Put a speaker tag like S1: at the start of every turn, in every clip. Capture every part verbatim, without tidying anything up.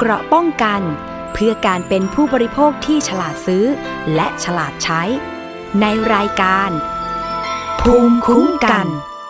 S1: เกราะป้องกันเพื่อการเป็นผู้บริโภคที่ฉลาดซื้อและฉลาดใช้ในรายการภูมิคุ้มกัน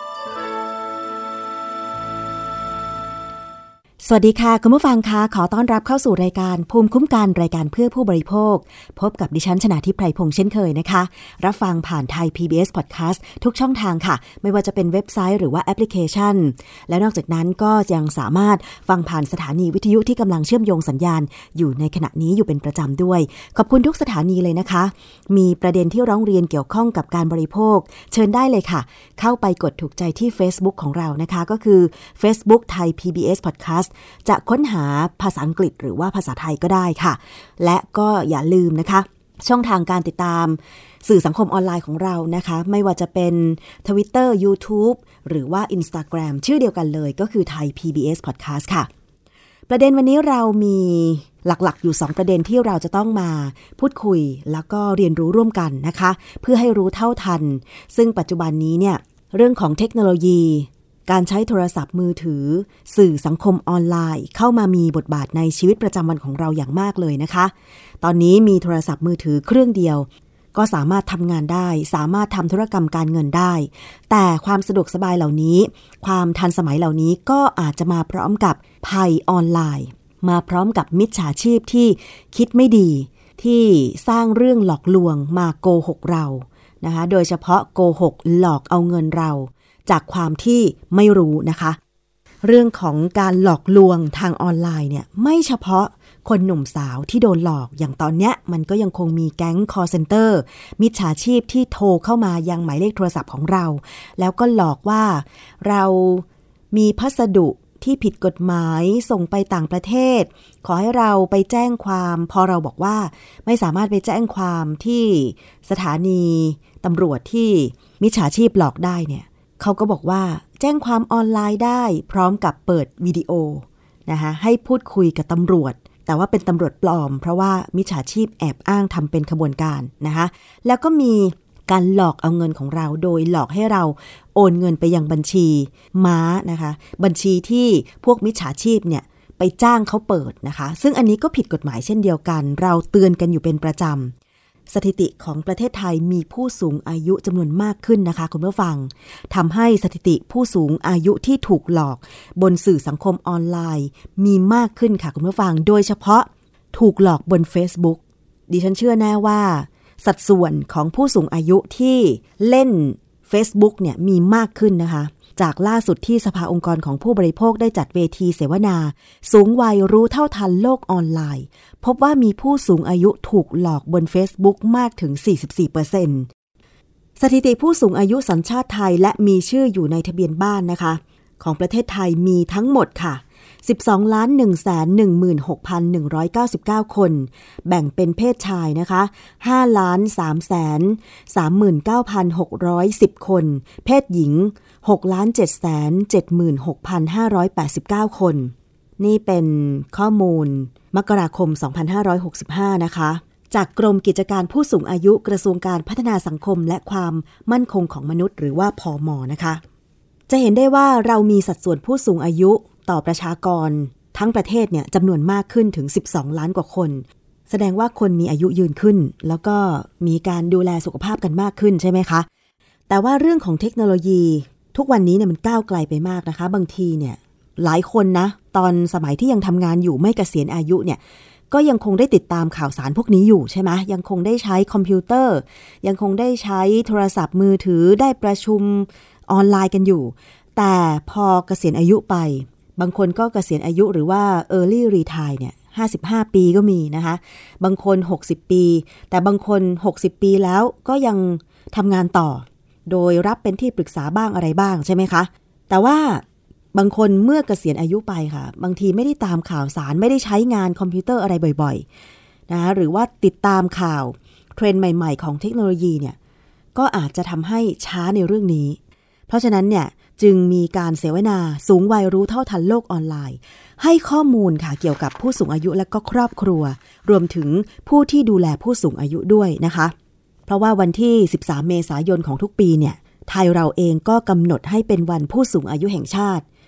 S2: สวัสดีค่ะคุณผู้ฟังคะขอต้อนรับเข้าสู่รายการภูมิคุ้มกันรายการเพื่อผู้บริโภคพบกับดิฉันชนาธิป ไพรพงษ์เช่นเคยนะคะรับฟังผ่านไทย พี บี เอส Podcast ทุกช่องทางค่ะไม่ว่าจะเป็นเว็บไซต์หรือว่าแอปพลิเคชันและนอกจากนั้นก็ยังสามารถฟังผ่านสถานีวิทยุที่กำลังเชื่อมโยงสัญญาณอยู่ในขณะนี้อยู่เป็นประจำด้วยขอบคุณทุกสถานีเลยนะคะมีประเด็นที่ร้องเรียนเกี่ยวข้องกับการบริโภคเชิญได้เลยค่ะเข้าไปกดถูกใจที่ Facebook ของเรานะคะก็คือ Facebook ไทย พี บี เอส Podcastจะค้นหาภาษาอังกฤษหรือว่าภาษาไทยก็ได้ค่ะและก็อย่าลืมนะคะช่องทางการติดตามสื่อสังคมออนไลน์ของเรานะคะไม่ว่าจะเป็น Twitter YouTube หรือว่า Instagram ชื่อเดียวกันเลยก็คือไทย พี บี เอส Podcast ค่ะประเด็นวันนี้เรามีหลักๆอยู่สองประเด็นที่เราจะต้องมาพูดคุยแล้วก็เรียนรู้ร่วมกันนะคะเพื่อให้รู้เท่าทันซึ่งปัจจุบันนี้เนี่ยเรื่องของเทคโนโลยีการใช้โทรศัพท์มือถือสื่อสังคมออนไลน์เข้ามามีบทบาทในชีวิตประจำวันของเราอย่างมากเลยนะคะตอนนี้มีโทรศัพท์มือถือเครื่องเดียวก็สามารถทำงานได้สามารถทำธุรกรรมการเงินได้แต่ความสะดวกสบายเหล่านี้ความทันสมัยเหล่านี้ก็อาจจะมาพร้อมกับภัยออนไลน์มาพร้อมกับมิจฉาชีพที่คิดไม่ดีที่สร้างเรื่องหลอกลวงมาโกหกเรานะคะโดยเฉพาะโกหกหลอกเอาเงินเราจากความที่ไม่รู้นะคะเรื่องของการหลอกลวงทางออนไลน์เนี่ยไม่เฉพาะคนหนุ่มสาวที่โดนหลอกอย่างตอนเนี้ยมันก็ยังคงมีแก๊ง call center มิจฉาชีพที่โทรเข้ามายังหมายเลขโทรศัพท์ของเราแล้วก็หลอกว่าเรามีพัสดุที่ผิดกฎหมายส่งไปต่างประเทศขอให้เราไปแจ้งความพอเราบอกว่าไม่สามารถไปแจ้งความที่สถานีตำรวจที่มิจฉาชีพหลอกได้เนี่ยเขาก็บอกว่าแจ้งความออนไลน์ได้พร้อมกับเปิดวิดีโอนะคะให้พูดคุยกับตำรวจแต่ว่าเป็นตำรวจปลอมเพราะว่ามิจฉาชีพแอบอ้างทำเป็นขบวนการนะคะแล้วก็มีการหลอกเอาเงินของเราโดยหลอกให้เราโอนเงินไปยังบัญชีม้านะคะบัญชีที่พวกมิจฉาชีพเนี่ยไปจ้างเขาเปิดนะคะซึ่งอันนี้ก็ผิดกฎหมายเช่นเดียวกันเราเตือนกันอยู่เป็นประจำสถิติของประเทศไทยมีผู้สูงอายุจำนวนมากขึ้นนะคะคุณผู้ฟังทำให้สถิติผู้สูงอายุที่ถูกหลอกบนสื่อสังคมออนไลน์มีมากขึ้นค่ะคุณผู้ฟังโดยเฉพาะถูกหลอกบน Facebook ดิฉันเชื่อแน่ว่าสัดส่วนของผู้สูงอายุที่เล่น Facebook เนี่ยมีมากขึ้นนะคะจากล่าสุดที่สภาองค์กรของผู้บริโภคได้จัดเวทีเสวนาสูงวัยรู้เท่าทันโลกออนไลน์พบว่ามีผู้สูงอายุถูกหลอกบน Facebook มากถึง สี่สิบสี่เปอร์เซ็นต์ สถิติผู้สูงอายุสัญชาติไทยและมีชื่ออยู่ในทะเบียนบ้านนะคะของประเทศไทยมีทั้งหมดค่ะ สิบสองล้านหนึ่งแสนหนึ่งหมื่นหกพันหนึ่งร้อยเก้าสิบเก้า คนแบ่งเป็นเพศชายนะคะห้าล้านสามแสนสามหมื่นเก้าพันหกร้อยสิบ คนเพศหญิงหกล้านเจ็ดแสนเจ็ดหมื่นหกพันห้าร้อยแปดสิบเก้า คนนี่เป็นข้อมูลมกราคมสองพันห้าร้อยหกสิบห้านะคะจากกรมกิจการผู้สูงอายุกระทรวงการพัฒนาสังคมและความมั่นคงของมนุษย์หรือว่าพม.นะคะจะเห็นได้ว่าเรามีสัดส่วนผู้สูงอายุต่อประชากรทั้งประเทศเนี่ยจำนวนมากขึ้นถึงสิบสองล้านกว่าคนแสดงว่าคนมีอายุยืนขึ้นแล้วก็มีการดูแลสุขภาพกันมากขึ้นใช่ไหมคะแต่ว่าเรื่องของเทคโนโลยีทุกวันนี้เนี่ยมันก้าวไกลไปมากนะคะบางทีเนี่ยหลายคนนะตอนสมัยที่ยังทำงานอยู่ไม่เกษียณอายุเนี่ยก็ยังคงได้ติดตามข่าวสารพวกนี้อยู่ใช่ไหมยังคงได้ใช้คอมพิวเตอร์ยังคงได้ใช้โทรศัพท์มือถือได้ประชุมออนไลน์กันอยู่แต่พอเกษียณอายุไปบางคนก็เกษียณอายุหรือว่า early retire เนี่ยห้าสิบห้าปีก็มีนะคะบางคนหกสิบปีแต่บางคนหกสิบปีแล้วก็ยังทำงานต่อโดยรับเป็นที่ปรึกษาบ้างอะไรบ้างใช่ไหมคะแต่ว่าบางคนเมื่อเกษียณอายุไปค่ะบางทีไม่ได้ตามข่าวสารไม่ได้ใช้งานคอมพิวเตอร์อะไรบ่อยๆนะหรือว่าติดตามข่าวเทรนด์ใหม่ๆของเทคโนโลยีเนี่ยก็อาจจะทำให้ช้าในเรื่องนี้เพราะฉะนั้นเนี่ยจึงมีการเสวนาสูงวัยรู้เท่าทันโลกออนไลน์ให้ข้อมูลค่ะเกี่ยวกับผู้สูงอายุและก็ครอบครัวรวมถึงผู้ที่ดูแลผู้สูงอายุด้วยนะคะเพราะว่าวันที่สิบสามเมษายนของทุกปีเนี่ยไทยเราเองก็กำหนดให้เป็นวันผู้สูงอายุแห่งชาติ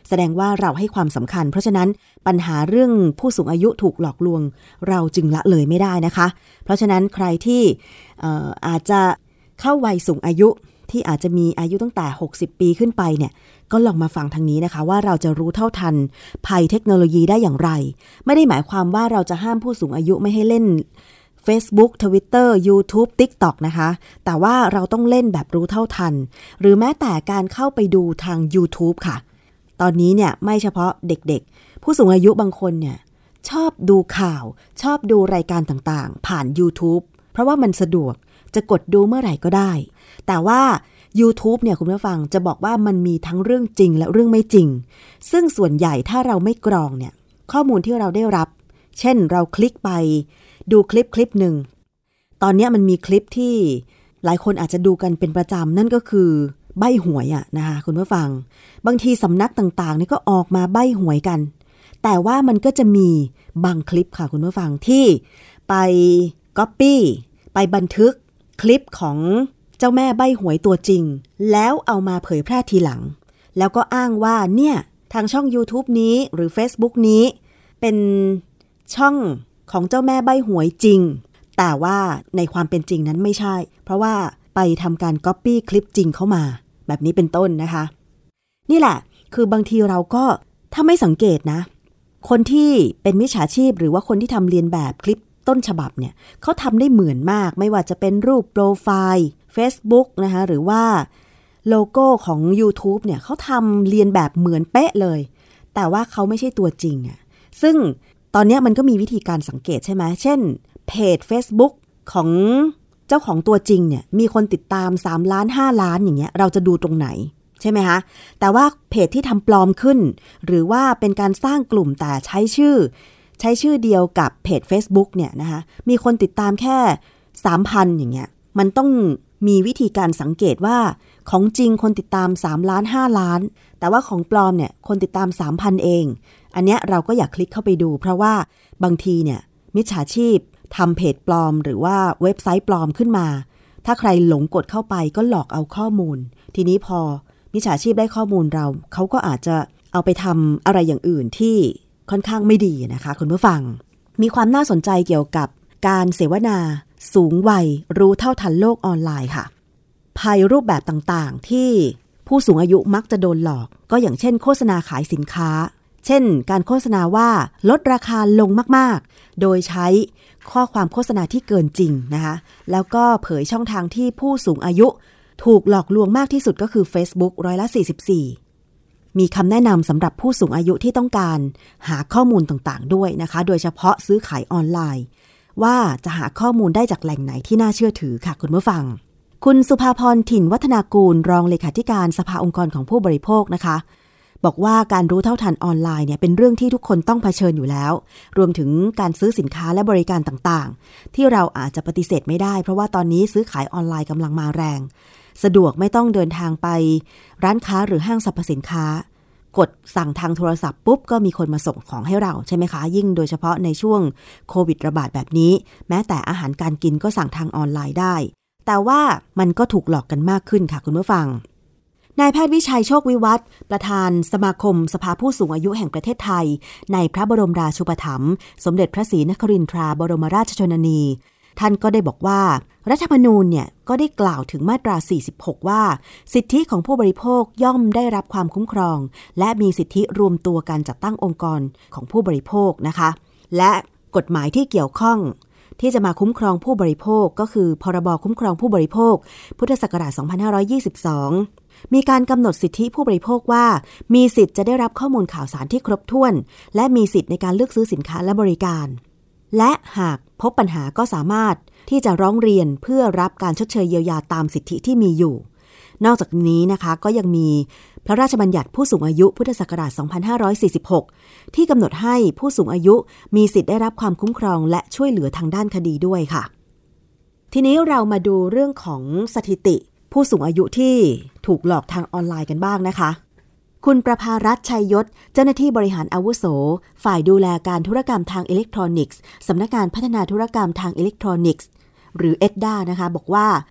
S2: แสดงว่าเราให้ความสำคัญเพราะฉะนั้นปัญหาเรื่องผู้สูงอายุถูกหลอกลวงเราจึงละเลยไม่ได้นะคะเพราะฉะนั้นใครที่เอ่ออาจจะเข้าวัยสูงอายุที่อาจจะมีอายุตั้งแต่หกสิบปีขึ้นไปเนี่ยก็ลองมาฟังทางนี้นะคะว่าเราจะรู้เท่าทันภัยเทคโนโลยีได้อย่างไรไม่ได้หมายความว่าเราจะห้ามผู้สูงอายุไม่ให้เล่น Facebook Twitter YouTube TikTok นะคะแต่ว่าเราต้องเล่นแบบรู้เท่าทันหรือแม้แต่การเข้าไปดูทาง YouTube ค่ะตอนนี้เนี่ยไม่เฉพาะเด็กๆผู้สูงอายุบางคนเนี่ยชอบดูข่าวชอบดูรายการต่างๆผ่าน YouTube เพราะว่ามันสะดวกจะกดดูเมื่อไหร่ก็ได้แต่ว่า YouTube เนี่ยคุณผู้ฟังจะบอกว่ามันมีทั้งเรื่องจริงและเรื่องไม่จริงซึ่งส่วนใหญ่ถ้าเราไม่กรองเนี่ยข้อมูลที่เราได้รับเช่นเราคลิกไปดูคลิปคลิปหนึ่งตอนนี้มันมีคลิปที่หลายคนอาจจะดูกันเป็นประจำนั่นก็คือใบ้หวยอะนะคะคุณผู้ฟังบางทีสำนักต่างๆนี่ก็ออกมาใบ้หวยกันแต่ว่ามันก็จะมีบางคลิปค่ะคุณผู้ฟังที่ไปก๊อปปี้ไปบันทึกคลิปของเจ้าแม่ใบ้หวยตัวจริงแล้วเอามาเผยแพร่ทีหลังแล้วก็อ้างว่าเนี่ยทางช่อง YouTube นี้หรือ Facebook นี้เป็นช่องของเจ้าแม่ใบ้หวยจริงแต่ว่าในความเป็นจริงนั้นไม่ใช่เพราะว่าไปทำการก๊อปปี้คลิปจริงเข้ามาแบบนี้เป็นต้นนะคะนี่แหละคือบางทีเราก็ถ้าไม่สังเกตนะคนที่เป็นมิจฉาชีพหรือว่าคนที่ทำเลียนแบบคลิปต้นฉบับเนี่ยเขาทำได้เหมือนมากไม่ว่าจะเป็นรูปโปรไฟล์ Facebook นะคะหรือว่าโลโก้ของ YouTube เนี่ยเขาทำเลียนแบบเหมือนเป๊ะเลยแต่ว่าเขาไม่ใช่ตัวจริงอ่ะซึ่งตอนนี้มันก็มีวิธีการสังเกตใช่ไหมเช่นเพจ Facebook ของเจ้าของตัวจริงเนี่ยมีคนติดตามสามล้านห้าล้านอย่างเงี้ยเราจะดูตรงไหนใช่ไหมคะแต่ว่าเพจที่ทำปลอมขึ้นหรือว่าเป็นการสร้างกลุ่มแต่ใช้ชื่อใช้ชื่อเดียวกับเพจ Facebook เนี่ยนะคะมีคนติดตามแค่ สามพัน อย่างเงี้ยมันต้องมีวิธีการสังเกตว่าของจริงคนติดตามสามล้านห้าล้านแต่ว่าของปลอมเนี่ยคนติดตาม สามพัน เองอันเนี้ยเราก็อยากคลิกเข้าไปดูเพราะว่าบางทีเนี่ยมิจฉาชีพทำเพจปลอมหรือว่าเว็บไซต์ปลอมขึ้นมาถ้าใครหลงกดเข้าไปก็หลอกเอาข้อมูลทีนี้พอมิจฉาชีพได้ข้อมูลเราเขาก็อาจจะเอาไปทำอะไรอย่างอื่นที่ค่อนข้างไม่ดีนะคะคุณผู้ฟังมีความน่าสนใจเกี่ยวกับการเสวนาสูงวัยรู้เท่าทันโลกออนไลน์ค่ะภัยรูปแบบต่างๆที่ผู้สูงอายุมักจะโดนหลอกก็อย่างเช่นโฆษณาขายสินค้าเช่นการโฆษณาว่าลดราคาลงมากๆโดยใช้ข้อความโฆษณาที่เกินจริงนะคะแล้วก็เผยช่องทางที่ผู้สูงอายุถูกหลอกลวงมากที่สุดก็คือ Facebook ร้อยละสี่สิบสี่มีคำแนะนำสำหรับผู้สูงอายุที่ต้องการหาข้อมูลต่างๆด้วยนะคะโดยเฉพาะซื้อขายออนไลน์ว่าจะหาข้อมูลได้จากแหล่งไหนที่น่าเชื่อถือค่ะคุณผู้ฟังคุณสุภาพรถิ่นวัฒนากูลรองเลขาธิการสภาองค์กรของผู้บริโภคนะคะบอกว่าการรู้เท่าทันออนไลน์เนี่ยเป็นเรื่องที่ทุกคนต้องเผชิญอยู่แล้วรวมถึงการซื้อสินค้าและบริการต่างๆที่เราอาจจะปฏิเสธไม่ได้เพราะว่าตอนนี้ซื้อขายออนไลน์กำลังมาแรงสะดวกไม่ต้องเดินทางไปร้านค้าหรือห้างสรรพสินค้ากดสั่งทางโทรศัพท์ปุ๊บก็มีคนมาส่งของให้เราใช่ไหมคะยิ่งโดยเฉพาะในช่วงโควิดระบาดแบบนี้แม้แต่อาหารการกินก็สั่งทางออนไลน์ได้แต่ว่ามันก็ถูกหลอกกันมากขึ้นค่ะคุณผู้ฟังนายแพทย์วิชัยโชควิวัฒน์ประธานสมาคมสภาผู้สูงอายุแห่งประเทศไทยในพระบรมราชูปถัมภ์สมเด็จพระศรีนครินทราบรมราชชนนีท่านก็ได้บอกว่ารัฐธรรมนูญเนี่ยก็ได้กล่าวถึงมาตราสี่สิบหกว่าสิทธิของผู้บริโภคย่อมได้รับความคุ้มครองและมีสิทธิรวมตัวการจัดตั้งองค์กรของผู้บริโภคนะคะและกฎหมายที่เกี่ยวข้องที่จะมาคุ้มครองผู้บริโภคก็คือพรบคุ้มครองผู้บริโภคพุทธศักราชสองพันห้าร้อยยี่สิบสองมีการกำหนดสิทธิผู้บริโภคว่ามีสิทธิ์จะได้รับข้อมูลข่าวสารที่ครบถ้วนและมีสิทธิ์ในการเลือกซื้อสินค้าและบริการและหากพบปัญหาก็สามารถที่จะร้องเรียนเพื่อรับการชดเชยเยียวยาตามสิทธิที่มีอยู่นอกจากนี้นะคะก็ยังมีพระราชบัญญัติผู้สูงอายุพุทธศักราชสองพันห้าร้อยสี่สิบหกที่กำหนดให้ผู้สูงอายุมีสิทธิ์ได้รับความคุ้มครองและช่วยเหลือทางด้านคดีด้วยค่ะทีนี้เรามาดูเรื่องของสถิติผู้สูงอายุที่ถูกหลอกทางออนไลน์กันบ้างนะคะคุณประภารัตน์ชัยยศเจ้าหน้าที่บริหารอาวุโสฝ่ายดูแลการธุรกรรมทางอิเล็กทรอนิกส์สำนักงานพัฒนาธุรกรรมทางอิเล็กทรอนิกส์หรือ เอ ดี เอ นะคะบอกว่า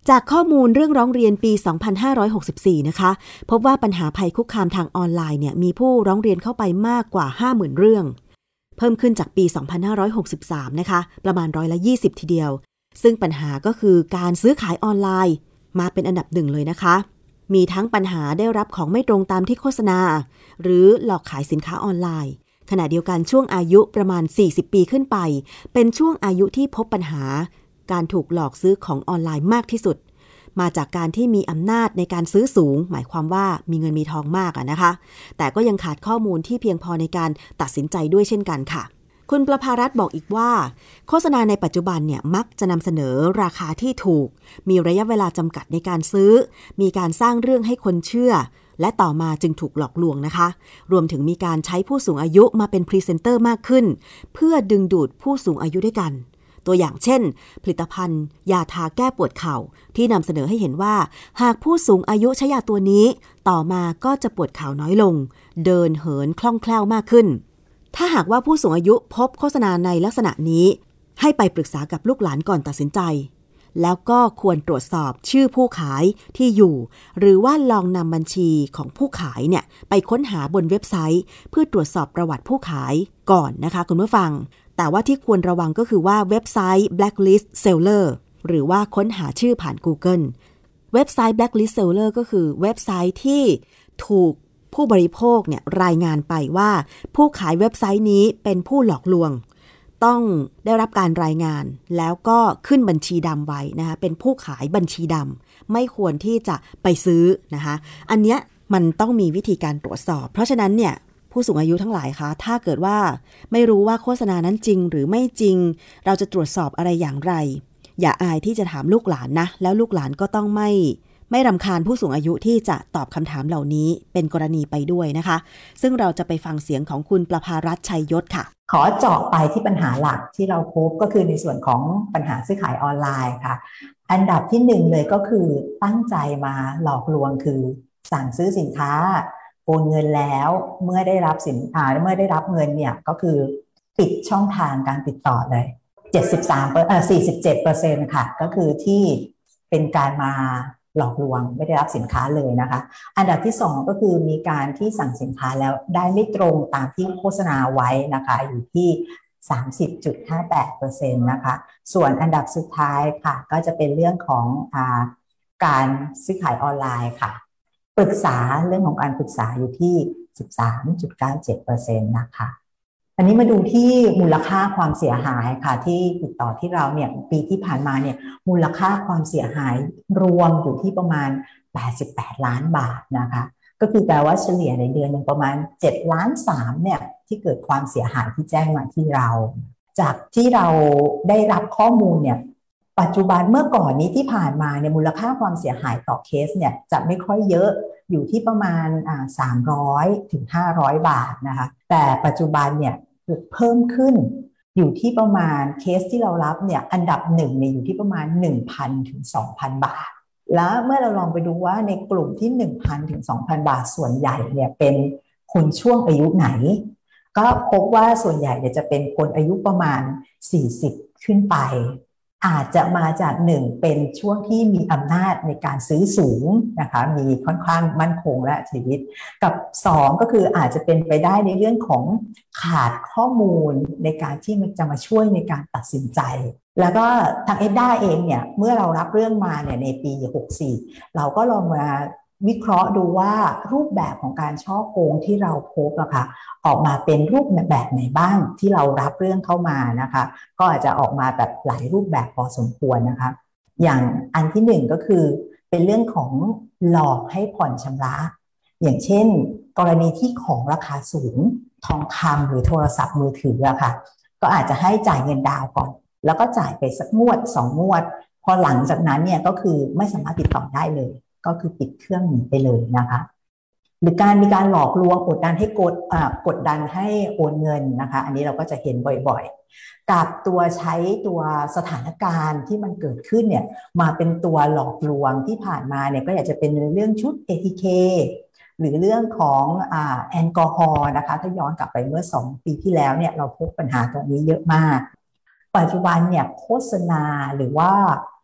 S2: จากข้อมูลเรื่องร้องเรียนปี สองพันห้าร้อยหกสิบสี่ นะคะพบว่าปัญหาภัยคุกคามทางออนไลน์เนี่ยมีผู้ร้องเรียนเข้าไปมากกว่า ห้าหมื่น เรื่องเพิ่มขึ้นจากปี สองพันห้าร้อยหกสิบสาม นะคะประมาณร้อยละยี่สิบทีเดียวซึ่งปัญหาก็คือการซื้อขายออนไลน์มาเป็นอันดับหนึ่งเลยนะคะมีทั้งปัญหาได้รับของไม่ตรงตามที่โฆษณาหรือหลอกขายสินค้าออนไลน์ขณะเดียวกันช่วงอายุประมาณสี่สิบปีขึ้นไปเป็นช่วงอายุที่พบปัญหาการถูกหลอกซื้อของออนไลน์มากที่สุดมาจากการที่มีอำนาจในการซื้อสูงหมายความว่ามีเงินมีทองมากอะนะคะแต่ก็ยังขาดข้อมูลที่เพียงพอในการตัดสินใจด้วยเช่นกันค่ะคุณประภารัตน์บอกอีกว่าโฆษณาในปัจจุบันเนี่ยมักจะนำเสนอราคาที่ถูกมีระยะเวลาจำกัดในการซื้อมีการสร้างเรื่องให้คนเชื่อและต่อมาจึงถูกหลอกลวงนะคะรวมถึงมีการใช้ผู้สูงอายุมาเป็นพรีเซนเตอร์มากขึ้นเพื่อดึงดูดผู้สูงอายุด้วยกันตัวอย่างเช่นผลิตภัณฑ์ยาทาแก้ปวดเข่าที่นำเสนอให้เห็นว่าหากผู้สูงอายุใช้ยาตัวนี้ต่อมาก็จะปวดเข่าน้อยลงเดินเหินคล่องแคล่วมากขึ้นถ้าหากว่าผู้สูงอายุพบโฆษณาในลักษณะนี้ให้ไปปรึกษากับลูกหลานก่อนตัดสินใจแล้วก็ควรตรวจสอบชื่อผู้ขายที่อยู่หรือว่าลองนำบัญชีของผู้ขายเนี่ยไปค้นหาบนเว็บไซต์เพื่อตรวจสอบประวัติผู้ขายก่อนนะคะคุณผู้ฟังแต่ว่าที่ควรระวังก็คือว่าเว็บไซต์ blacklist seller หรือว่าค้นหาชื่อผ่าน Google เว็บไซต์ blacklist seller ก็คือเว็บไซต์ที่ถูกผู้บริโภคเนี่ยรายงานไปว่าผู้ขายเว็บไซต์นี้เป็นผู้หลอกลวงต้องได้รับการรายงานแล้วก็ขึ้นบัญชีดำไว้นะคะเป็นผู้ขายบัญชีดำไม่ควรที่จะไปซื้อนะคะอันเนี้ยมันต้องมีวิธีการตรวจสอบเพราะฉะนั้นเนี่ยผู้สูงอายุทั้งหลายคะถ้าเกิดว่าไม่รู้ว่าโฆษณานั้นจริงหรือไม่จริงเราจะตรวจสอบอะไรอย่างไรอย่าอายที่จะถามลูกหลานนะแล้วลูกหลานก็ต้องไม่ไม่รำคาญผู้สูงอายุที่จะตอบคำถามเหล่านี้เป็นกรณีไปด้วยนะคะซึ่งเราจะไปฟังเสียงของคุณประภารัตน์ชัยยศค่ะ
S3: ขอเจาะไปที่ปัญหาหลักที่เราพบก็คือในส่วนของปัญหาซื้อขายออนไลน์ค่ะอันดับที่หนึ่งเลยก็คือตั้งใจมาหลอกลวงคือสั่งซื้อสินค้าโอนเงินแล้วเมื่อได้รับสินค้าเมื่อได้รับเงินเนี่ยก็คือปิดช่องทางการติดต่อเลยเจ็ดสิบสามเปอร์เอ่อ สี่สิบเจ็ดเปอร์เซ็นต์ ค่ะก็คือที่เป็นการมาหลอกลวงไม่ได้รับสินค้าเลยนะคะอันดับที่สองก็คือมีการที่สั่งสินค้าแล้วได้ไม่ตรงตามที่โฆษณาไว้นะคะอยู่ที่ สามสิบจุดห้าแปดเปอร์เซ็นต์ นะคะส่วนอันดับสุดท้ายค่ะก็จะเป็นเรื่องของอ่าการซื้อขายออนไลน์ค่ะปรึกษาเรื่องของการปรึกษาอยู่ที่ สิบสามจุดเก้าเจ็ดเปอร์เซ็นต์ นะคะอันนี้มาดูที่มูลค่าความเสียหายค่ะที่ติดต่อที่เราเนี่ยปีที่ผ่านมาเนี่ยมูลค่าความเสียหายรวมอยู่ที่ประมาณแปดสิบแปดล้านบาทนะคะก็คือแปลว่าเฉลี่ยในเดือนนึงประมาณเจ็ดล้านสามเนี่ยที่เกิดความเสียหายที่แจ้งมาที่เราจากที่เราได้รับข้อมูลเนี่ยปัจจุบันเมื่อก่อนนี้ที่ผ่านมาเนี่ยมูลค่าความเสียหายต่อเคสเนี่ยจะไม่ค่อยเยอะอยู่ที่ประมาณอ่าสามร้อยถึงห้าร้อยบาทนะคะแต่ปัจจุบันเนี่ยเพิ่มขึ้นอยู่ที่ประมาณเคสที่เรารับเนี่ยอันดับหนึ่งเนี่ยอยู่ที่ประมาณ หนึ่งพัน ถึง สองพัน บาทแล้วเมื่อเราลองไปดูว่าในกลุ่มที่ หนึ่งพัน ถึง สองพัน บาทส่วนใหญ่เนี่ยเป็นคนช่วงอายุไหนก็พบว่าส่วนใหญ่เนี่ยจะเป็นคนอายุประมาณสี่สิบขึ้นไปอาจจะมาจากหนึ่งเป็นช่วงที่มีอำนาจในการซื้อสูงนะคะมีค่อนข้างมั่นคงและชีวิตกับสองก็คืออาจจะเป็นไปได้ในเรื่องของขาดข้อมูลในการที่มันจะมาช่วยในการตัดสินใจแล้วก็ทางเอ็ดด้าเองเนี่ยเมื่อเรารับเรื่องมาเนี่ยในปีหกสิบสี่เราก็ลองมาวิเคราะห์ดูว่ารูปแบบของการฉ้อโกงที่เราพบอะค่ะออกมาเป็นรูปแบบไหนบ้างที่เรารับเรื่องเข้ามานะคะก็อาจจะออกมาแบบหลายรูปแบบพอสมควรนะคะอย่างอันที่หนึ่งก็คือเป็นเรื่องของหลอกให้ผ่อนชำระอย่างเช่นกรณีที่ของราคาสูงทองคำหรือโทรศัพท์มือถืออะค่ะก็อาจจะให้จ่ายเงินดาวน์ก่อนแล้วก็จ่ายไปสักงวดสองงวดพอหลังจากนั้นเนี่ยก็คือไม่สามารถติดต่อได้เลยก็คือปิดเครื่องหนีไปเลยนะคะหรือการมีการหลอกลวงกดดันให้กดอ่ากดดันให้โอนเงินนะคะอันนี้เราก็จะเห็นบ่อยๆกับตัวใช้ตัวสถานการณ์ที่มันเกิดขึ้นเนี่ยมาเป็นตัวหลอกลวงที่ผ่านมาเนี่ยก็อยากจะเป็นเรื่องชุด เอ ที เค หรือเรื่องของอ่าแอลกอฮอล์นะคะถ้าย้อนกลับไปเมื่อสองปีที่แล้วเนี่ยเราพบปัญหาตรงนี้เยอะมากปัจจุบันเนี่ยโฆษณาหรือว่า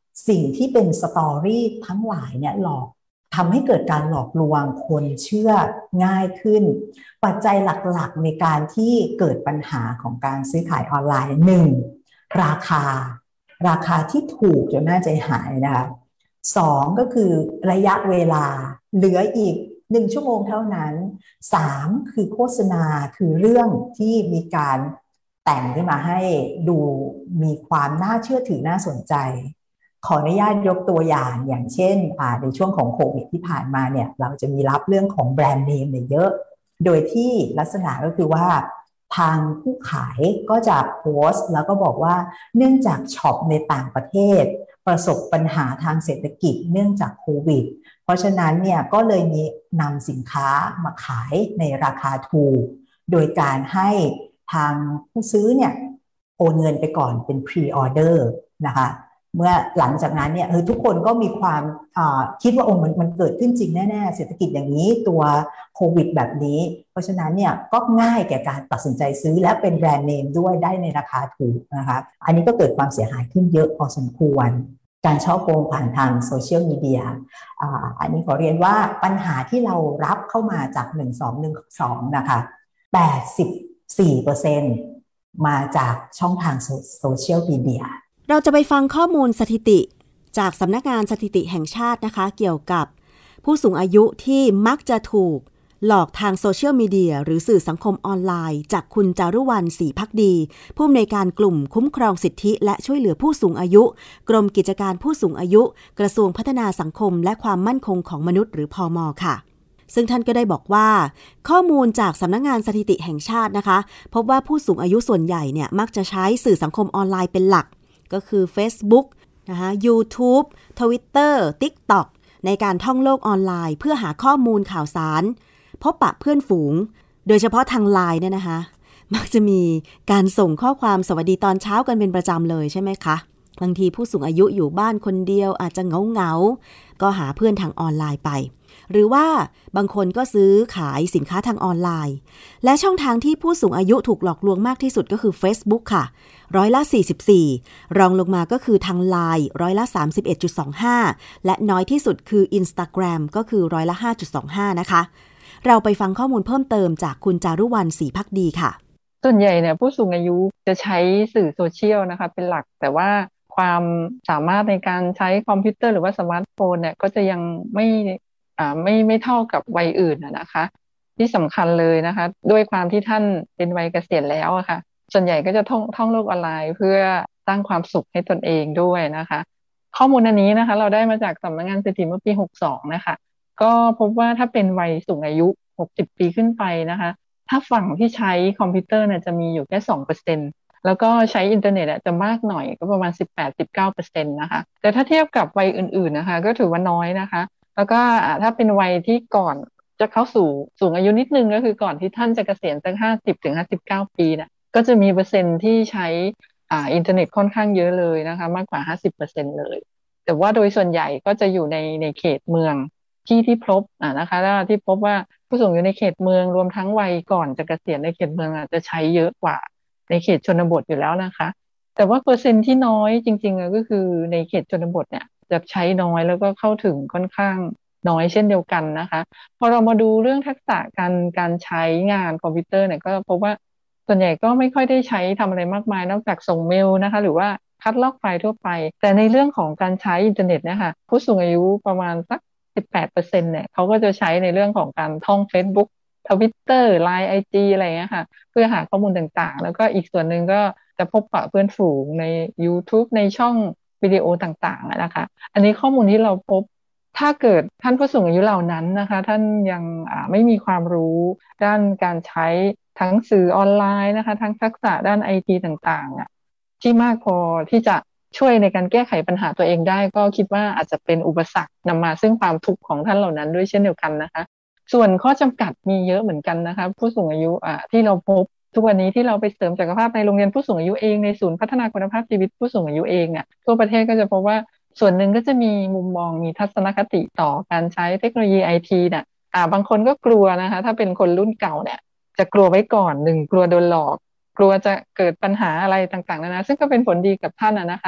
S3: สิ่งที่เป็นสตอรี่ทั้งหลายเนี่ยหลอกทำให้เกิดการหลอกลวงคนเชื่อง่ายขึ้นปัจจัยหลักๆในการที่เกิดปัญหาของการซื้อขายออนไลน์หนึ่งราคาราคาที่ถูกจนน่าใจหายนะคะสองก็คือระยะเวลาเหลืออีกหนึ่งชั่วโมงเท่านั้นสามคือโฆษณาคือเรื่องที่มีการแต่งขึ้นมาให้ดูมีความน่าเชื่อถือน่าสนใจขออนุญาตยกตัวอย่างอย่างเช่นในช่วงของโควิดที่ผ่านมาเนี่ยเราจะมีรับเรื่องของแบรนด์เนมเนี่ยเยอะโดยที่ลักษณะก็คือว่าทางผู้ขายก็จะโพสต์แล้วก็บอกว่าเนื่องจากช็อปในต่างประเทศประสบปัญหาทางเศรษฐกิจเนื่องจากโควิดเพราะฉะนั้นเนี่ยก็เลยมีนำสินค้ามาขายในราคาถูกโดยการให้ทางผู้ซื้อเนี่ยโอนเงินไปก่อนเป็นพรีออเดอร์นะคะเมื่อหลังจากนั้นเนี่ยเออทุกคนก็มีความคิดว่าโอ้มันมันเกิดขึ้นจริงแน่ๆเศรษฐกิจอย่างนี้ตัวโควิดแบบนี้เพราะฉะนั้นเนี่ยก็ง่ายแก่การตัดสินใจซื้อและเป็นแบรนด์เนมด้วยได้ในราคาถูกนะคะอันนี้ก็เกิดความเสียหายขึ้นเยอะพอสมควรการฉ้อโกงผ่านทางโซเชียลมีเดียอันนี้ขอเรียนว่าปัญหาที่เรารับเข้ามาจากหนึ่งสองหนึ่งสองนะคะ แปดสิบสี่เปอร์เซ็นต์ มาจากช่องทางโซเชียลมีเดีย
S2: เราจะไปฟังข้อมูลสถิติจากสำนักงานสถิติแห่งชาตินะคะเกี่ยวกับผู้สูงอายุที่มักจะถูกหลอกทางโซเชียลมีเดียหรือสื่อสังคมออนไลน์จากคุณจารุวรรณ ศรีภักดีผู้อำนวยการกลุ่มคุ้มครองสิทธิและช่วยเหลือผู้สูงอายุกรมกิจการผู้สูงอายุกระทรวงพัฒนาสังคมและความมั่นคงของมนุษย์หรือพม.ค่ะซึ่งท่านก็ได้บอกว่าข้อมูลจากสำนักงานสถิติแห่งชาตินะคะพบว่าผู้สูงอายุส่วนใหญ่เนี่ยมักจะใช้สื่อสังคมออนไลน์เป็นหลักก็คือ Facebook นะคะ YouTube Twitter TikTok ในการท่องโลกออนไลน์เพื่อหาข้อมูลข่าวสารพบปะเพื่อนฝูงโดยเฉพาะทางไลน์เนี่ยนะคะมักจะมีการส่งข้อความสวัสดีตอนเช้ากันเป็นประจำเลยใช่ไหมคะบางทีผู้สูงอายุอยู่บ้านคนเดียวอาจจะเหงาๆก็หาเพื่อนทางออนไลน์ไปหรือว่าบางคนก็ซื้อขายสินค้าทางออนไลน์และช่องทางที่ผู้สูงอายุถูกหลอกลวงมากที่สุดก็คือ Facebook ค่ะร้อยละสี่สิบสี่รองลงมาก็คือทาง ไลน์ ร้อยละ สามสิบเอ็ดจุดสองห้า และน้อยที่สุดคือ Instagram ก็คือร้อยละ ห้าจุดสองห้า นะคะเราไปฟังข้อมูลเพิ่มเติมจากคุณจารุวรรณ ศรีภักดีค่ะ
S4: ส่วนใหญ่เนี่ยผู้สูงอายุจะใช้สื่อโซเชียลนะคะเป็นหลักแต่ว่าความสามารถในการใช้คอมพิวเตอร์หรือว่าสมาร์ทโฟนเนี่ยก็จะยังไม่อ่าไม่ไม่เท่ากับวัยอื่นนะคะที่สำคัญเลยนะคะด้วยความที่ท่านเป็นวัยเกษียณแล้วอะค่ะส่วนใหญ่ก็จะท่องท่องโลกออนไลน์เพื่อสร้างความสุขให้ตนเองด้วยนะคะข้อมูลอันนี้นะคะเราได้มาจากสำนักงานสถิติเมื่อปีหกสิบสองนะคะก็พบว่าถ้าเป็นวัยสูงอายุหกสิบปีขึ้นไปนะคะถ้าฝั่งที่ใช้คอมพิวเตอร์เนี่ยจะมีอยู่แค่ สองเปอร์เซ็นต์ แล้วก็ใช้อินเทอร์เน็ตจะมากหน่อยก็ประมาณ สิบแปดถึงสิบเก้าเปอร์เซ็นต์ นะคะแต่ถ้าเทียบกับวัยอื่นๆนะคะก็ถือว่าน้อยนะคะแล้วก็ถ้าเป็นวัยที่ก่อนจะเข้าสู่สูงอายุนิดนึงก็คือก่อนที่ท่านจะเกษียณตั้งห้าสิบถึงห้าสิบเก้าปีนะก็จะมีเปอร์เซ็นต์ที่ใช้อ่าอินเทอร์เน็ตค่อนข้างเยอะเลยนะคะมากกว่า ห้าสิบเปอร์เซ็นต์ เลยแต่ว่าโดยส่วนใหญ่ก็จะอยู่ในในเขตเมืองที่ที่พบอ่านะคะที่พบว่าผู้สูงอายุในเขตเมืองรวมทั้งวัยก่อนจะเกษียณในเขตเมืองจะใช้เยอะกว่าในเขตชนบทอยู่แล้วนะคะแต่ว่าเปอร์เซ็นต์ที่น้อยจริงๆก็คือในเขตชนบทเนี่ยจะใช้น้อยแล้วก็เข้าถึงค่อนข้างน้อยเช่นเดียวกันนะคะพอเรามาดูเรื่องทักษะการการใช้งานคอมพิวเตอร์เนี่ยก็พบว่าส่วนใหญ่ก็ไม่ค่อยได้ใช้ทำอะไรมากมายนอกจากส่งเมลนะคะหรือว่าคัดลอกไฟล์ทั่วไปแต่ในเรื่องของการใช้อินเทอร์เน็ตเนี่ยค่ะผู้สูงอายุประมาณสัก สิบแปดเปอร์เซ็นต์ เนี่ยเขาก็จะใช้ในเรื่องของการท่อง Facebook Twitter ไลน์ ไอ จี อะไรเงี้ยค่ะเพื่อหาข้อมูลต่างๆแล้วก็อีกส่วนหนึ่งก็จะพบปะเพื่อนฝูงใน YouTube ในช่องวิดีโอต่างๆนะคะอันนี้ข้อมูลที่เราพบถ้าเกิดท่านผู้สูงอายุเหล่านั้นนะคะท่านยังไม่มีความรู้ด้านการใช้ทั้งสื่อออนไลน์นะคะทั้งทักษะด้าน ไอ ที ต่างๆที่มากพอที่จะช่วยในการแก้ไขปัญหาตัวเองได้ก็คิดว่าอาจจะเป็นอุปสรรคนำมาซึ่งความทุกข์ของท่านเหล่านั้นด้วยเช่นเดียวกันนะคะส่วนข้อจำกัดมีเยอะเหมือนกันนะคะผู้สูงอายุอ่าที่เราพบทุกวันนี้ที่เราไปเสริมศักยภาพในโรงเรียนผู้สูงอายุเองในศูนย์พัฒนาคุณภาพชีวิตผู้สูงอายุเองอ่ะทั่วประเทศก็จะพบว่าส่วนหนึ่งก็จะมีมุมมองมีทัศนคติต่อการใช้เทคโนโลยี ไอ ที น่ะอ่าบางคนก็กลัวนะคะถ้าเป็นคนรุ่นเก่าเนี่ยจะกลัวไว้ก่อนหนึ่งกลัวโดนหลอกกลัวจะเกิดปัญหาอะไรต่างๆนานาซึ่งก็เป็นผลดีกับท่านนะคะ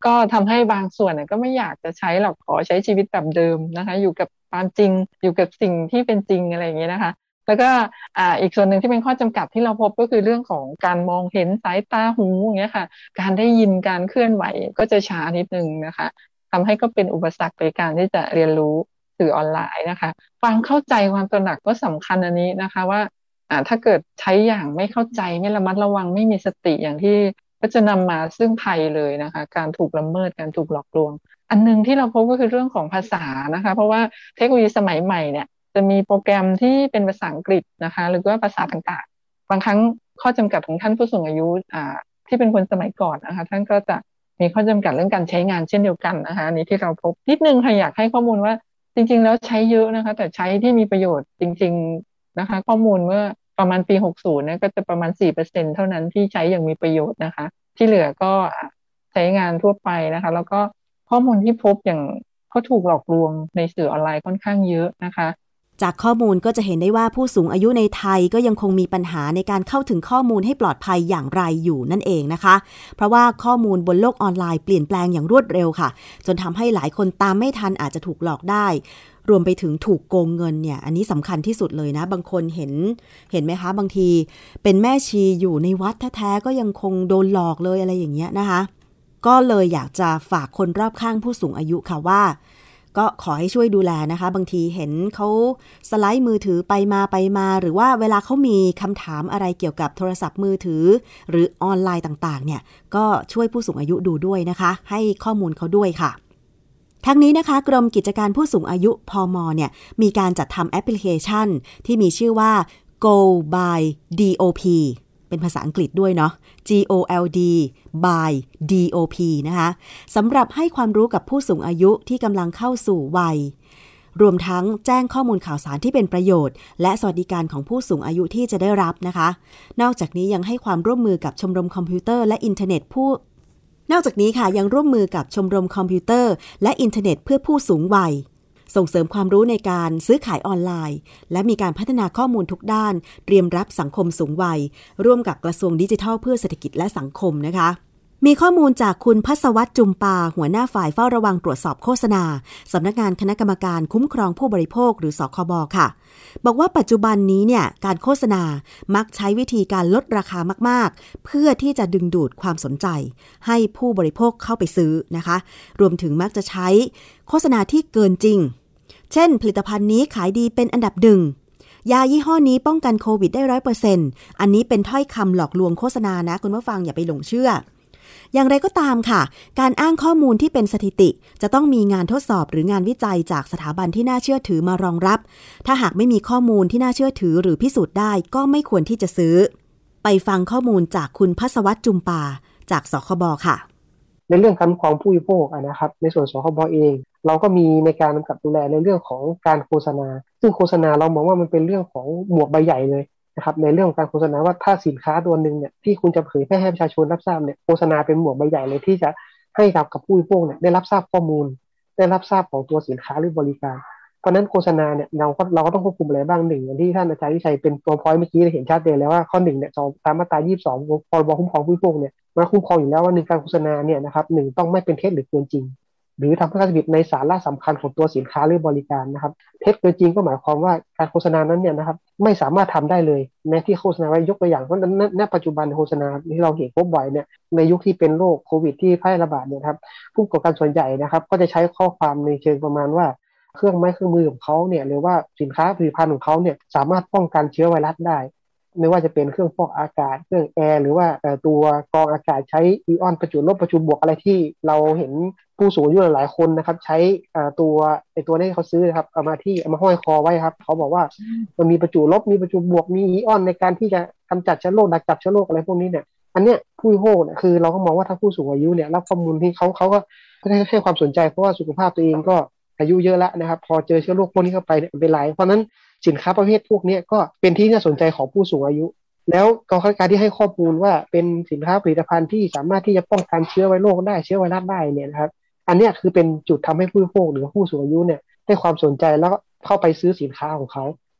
S4: ก็ทำให้บางส่วนก็ไม่อยากจะใช้หรอกขอใช้ชีวิตแบบเดิมนะคะอยู่กับความจริงอยู่กับสิ่งที่เป็นจริงอะไรอย่างเงี้ยนะคะแล้วก็อ่าอีกส่วนหนึ่งที่เป็นข้อจำกัดที่เราพบก็คือเรื่องของการมองเห็นสายตาหูอย่างเงี้ยค่ะการได้ยินการเคลื่อนไหวก็จะช้านิดนึงนะคะทำให้ก็เป็นอุปสรรคในการที่จะเรียนรู้สื่อออนไลน์นะคะความเข้าใจความตระหนักก็สำคัญอันนี้นะคะว่าอ่าถ้าเกิดใช้อย่างไม่เข้าใจไม่ระมัดระวังไม่มีสติอย่างที่ก็จะนำมาซึ่งภัยเลยนะคะการถูกละเมิดการถูกหลอกลวงอันนึงที่เราพบก็คือเรื่องของภาษานะคะเพราะว่าเทคโนโลยีสมัยใหม่เนี่ยจะมีโปรแกรมที่เป็นภาษาอังกฤษนะคะหรือว่าภาษาต่างๆบางครั้งข้อจำกัดของท่านผู้สูงอายุอ่าที่เป็นคนสมัยก่อนนะคะท่านก็จะมีข้อจำกัดเรื่องการใช้งานเช่นเดียวกันนะคะอันนี้ที่เราพบนิดนึงค่ะอยากให้ข้อมูลว่าจริงๆแล้วใช้เยอะนะคะแต่ใช้ที่มีประโยชน์จริงๆนะคะข้อมูลเมื่อประมาณปีหกสิบเนี่ยก็จะประมาณ สี่เปอร์เซ็นต์ เท่านั้นที่ใช้อย่างมีประโยชน์นะคะที่เหลือก็ใช้งานทั่วไปนะคะแล้วก็ข้อมูลที่พบอย่างเขาถูกหลอกลวงในสื่อออนไลน์ค่อนข้างเยอะนะคะ
S2: จากข้อมูลก็จะเห็นได้ว่าผู้สูงอายุในไทยก็ยังคงมีปัญหาในการเข้าถึงข้อมูลให้ปลอดภัยอย่างไรอยู่นั่นเองนะคะเพราะว่าข้อมูลบนโลกออนไลน์เปลี่ยนแปลงอย่างรวดเร็วค่ะจนทำให้หลายคนตามไม่ทันอาจจะถูกหลอกได้รวมไปถึงถูกโกงเงินเนี่ยอันนี้สำคัญที่สุดเลยนะบางคนเห็นเห็นไหมคะบางทีเป็นแม่ชีอยู่ในวัดแท้ๆก็ยังคงโดนหลอกเลยอะไรอย่างเงี้ยนะคะก็เลยอยากจะฝากคนรอบข้างผู้สูงอายุค่ะว่าก็ขอให้ช่วยดูแลนะคะบางทีเห็นเขาสไลด์มือถือไปมาไปมาหรือว่าเวลาเขามีคำถามอะไรเกี่ยวกับโทรศัพท์มือถือหรือออนไลน์ต่างๆเนี่ยก็ช่วยผู้สูงอายุดูด้วยนะคะให้ข้อมูลเขาด้วยค่ะทั้งนี้นะคะกรมกิจการผู้สูงอายุพม.เนี่ยมีการจัดทำแอปพลิเคชันที่มีชื่อว่า Go by ดี โอ พี เป็นภาษาอังกฤษด้วยเนาะ G O L D by ดี โอ พี นะคะสำหรับให้ความรู้กับผู้สูงอายุที่กำลังเข้าสู่วัยรวมทั้งแจ้งข้อมูลข่าวสารที่เป็นประโยชน์และสวัสดิการของผู้สูงอายุที่จะได้รับนะคะนอกจากนี้ยังให้ความร่วมมือกับชมรมคอมพิวเตอร์และอินเทอร์เน็ตผู้นอกจากนี้ค่ะยังร่วมมือกับชมรมคอมพิวเตอร์และอินเทอร์เน็ตเพื่อผู้สูงวัยส่งเสริมความรู้ในการซื้อขายออนไลน์และมีการพัฒนาข้อมูลทุกด้านเตรียมรับสังคมสูงวัยร่วมกับกระทรวงดิจิทัลเพื่อเศรษฐกิจและสังคมนะคะมีข้อมูลจากคุณภัสวัฒน์จุมปาหัวหน้าฝ่ายเฝ้าระวังตรวจสอบโฆษณาสำนักงานคณะกรรมการคุ้มครองผู้บริโภคหรือสคบค่ะบอกว่าปัจจุบันนี้เนี่ยการโฆษณามักใช้วิธีการลดราคามากๆเพื่อที่จะดึงดูดความสนใจให้ผู้บริโภคเข้าไปซื้อนะคะรวมถึงมักจะใช้โฆษณาที่เกินจริงเช่นผลิตภัณฑ์นี้ขายดีเป็นอันดับหนึ่งยายี่ห้อนี้ป้องกันโควิดได้ ร้อยเปอร์เซ็นต์ อันนี้เป็นถ้อยคำหลอกลวงโฆษณานะคุณผู้ฟังอย่าไปหลงเชื่ออย่างไรก็ตามค่ะการอ้างข้อมูลที่เป็นสถิติจะต้องมีงานทดสอบหรืองานวิจัยจากสถาบันที่น่าเชื่อถือมารองรับถ้าหากไม่มีข้อมูลที่น่าเชื่อถือหรือพิสูจน์ได้ก็ไม่ควรที่จะซื้อไปฟังข้อมูลจากคุณภัสวัฒน์จุมปาจากสคบค่ะ
S5: ในเรื่องการคุ้มครองผู้บริโภคนะครับในส่วนสคบเองเราก็มีในการกำกับดูแลในเรื่องของการโฆษณาซึ่งโฆษณาเรามองว่ามันเป็นเรื่องของหมวกใบใหญ่เลยนะครับในเรื่องของการโฆษณาว่าถ้าสินค้าตัวนึงเนี่ยที่คุณจะเผยแพร่ให้ประชาชนรับทราบเนี่ยโฆษณาเป็นหมวกใบใหญ่เลยที่จะให้กับกับผู้บริโภคเนี่ยได้รับทราบข้อมูลได้รับทราบของตัวสินค้าหรือบริการเพราะนั้นโฆษณาเนี่ยเราก็เราก็ต้องควบคุมอะไรบ้างหนึ่งอย่างที่ท่านอาจารย์วิชัยเป็นตัวพอยต์เมื่อกี้เห็นชัดเจนแล้วว่าข้อหนึ่งเนี่ยตามมาตรายี่สิบสองพรบคุ้มครองผู้บริโภคเนี่ยมันคุ้มครองอยู่แล้วว่าหนึ่งการโฆษณาเนี่ยนะครับหนึ่งต้องไม่เป็นเท็จหรือเกินจริงหรือทำให้การผิดในสาระสำคัญของตัวสินค้าหรือบริการนะครับเท็จเกินจริงก็หมายความว่าการโฆษณานั้นเนี่ยนะครับไม่สามารถทำได้เลยแม้ที่โฆษณาไว้ยกตัวอย่างเพราะนั้นณปัจจุบันโฆษณาที่เราเห็นพบบ่อยเนี่ยในยุคที่เป็นโรคโควิดที่แพร่ระบาดเนี่ยครับผู้ประกอบการส่วนใหญ่นะครับก็จะใช้ข้อความในเชิงประมาณว่าเครื่องไม้เครื่องมือของเขาเนี่ยหรือว่าสินค้าผลิตภัณฑ์ของเขาเนี่ยสามารถป้องกันเชื้อไวรัสได้ไม่ว่าจะเป็นเครื่องฟอกอากาศเครื่องแอร์หรือว่าตัวกรองอากาศใช้อิออนประจุลบประจุบวกอะไรที่เราเห็นผู้สูงอายุหลายคนนะครับใช้ตัวไอตัวนี้เขาซื้อนะครับเอามาที่เอามาห้อยคอไว้ครับเขาบอกว่ามันมีประจุลบมีประจุบวกมีอิออนในการที่จะกำจัดเชื้อโรคดักจับเชื้อโรคอะไรพวกนี้เนี่ยอันเนี้ยผู้บริโภคเนี่ยคือเราก็มองว่าถ้าผู้สูงอายุเนี่ยรับข้อมูลที่เขาเขาก็ได้ให้ความสนใจเพราะว่าสุขภาพตัวเองก็อายุเยอะแล้วนะครับพอเจอเชื้อโรคพวกนี้เข้าไปเนี่ยเป็นไรเพราะนั้นสินค้าประเภทพวกนี้ก็เป็นที่น่าสนใจของผู้สูงอายุแล้วการที่ให้ข้อมูลว่าเป็นสินค้าผลิตภัณฑ์ที่สามารถที่จะป้องกันเชื้อไวรัสได้เชื้อไวรัสได้เนี่ยนะครับอันนี้คือเป็นจุดทำให้ผู้บริโภคหรือผู้สูงอายุเนี่ยได้ความสนใจแล้วก็เข้าไปซื้อสินค้าของเขา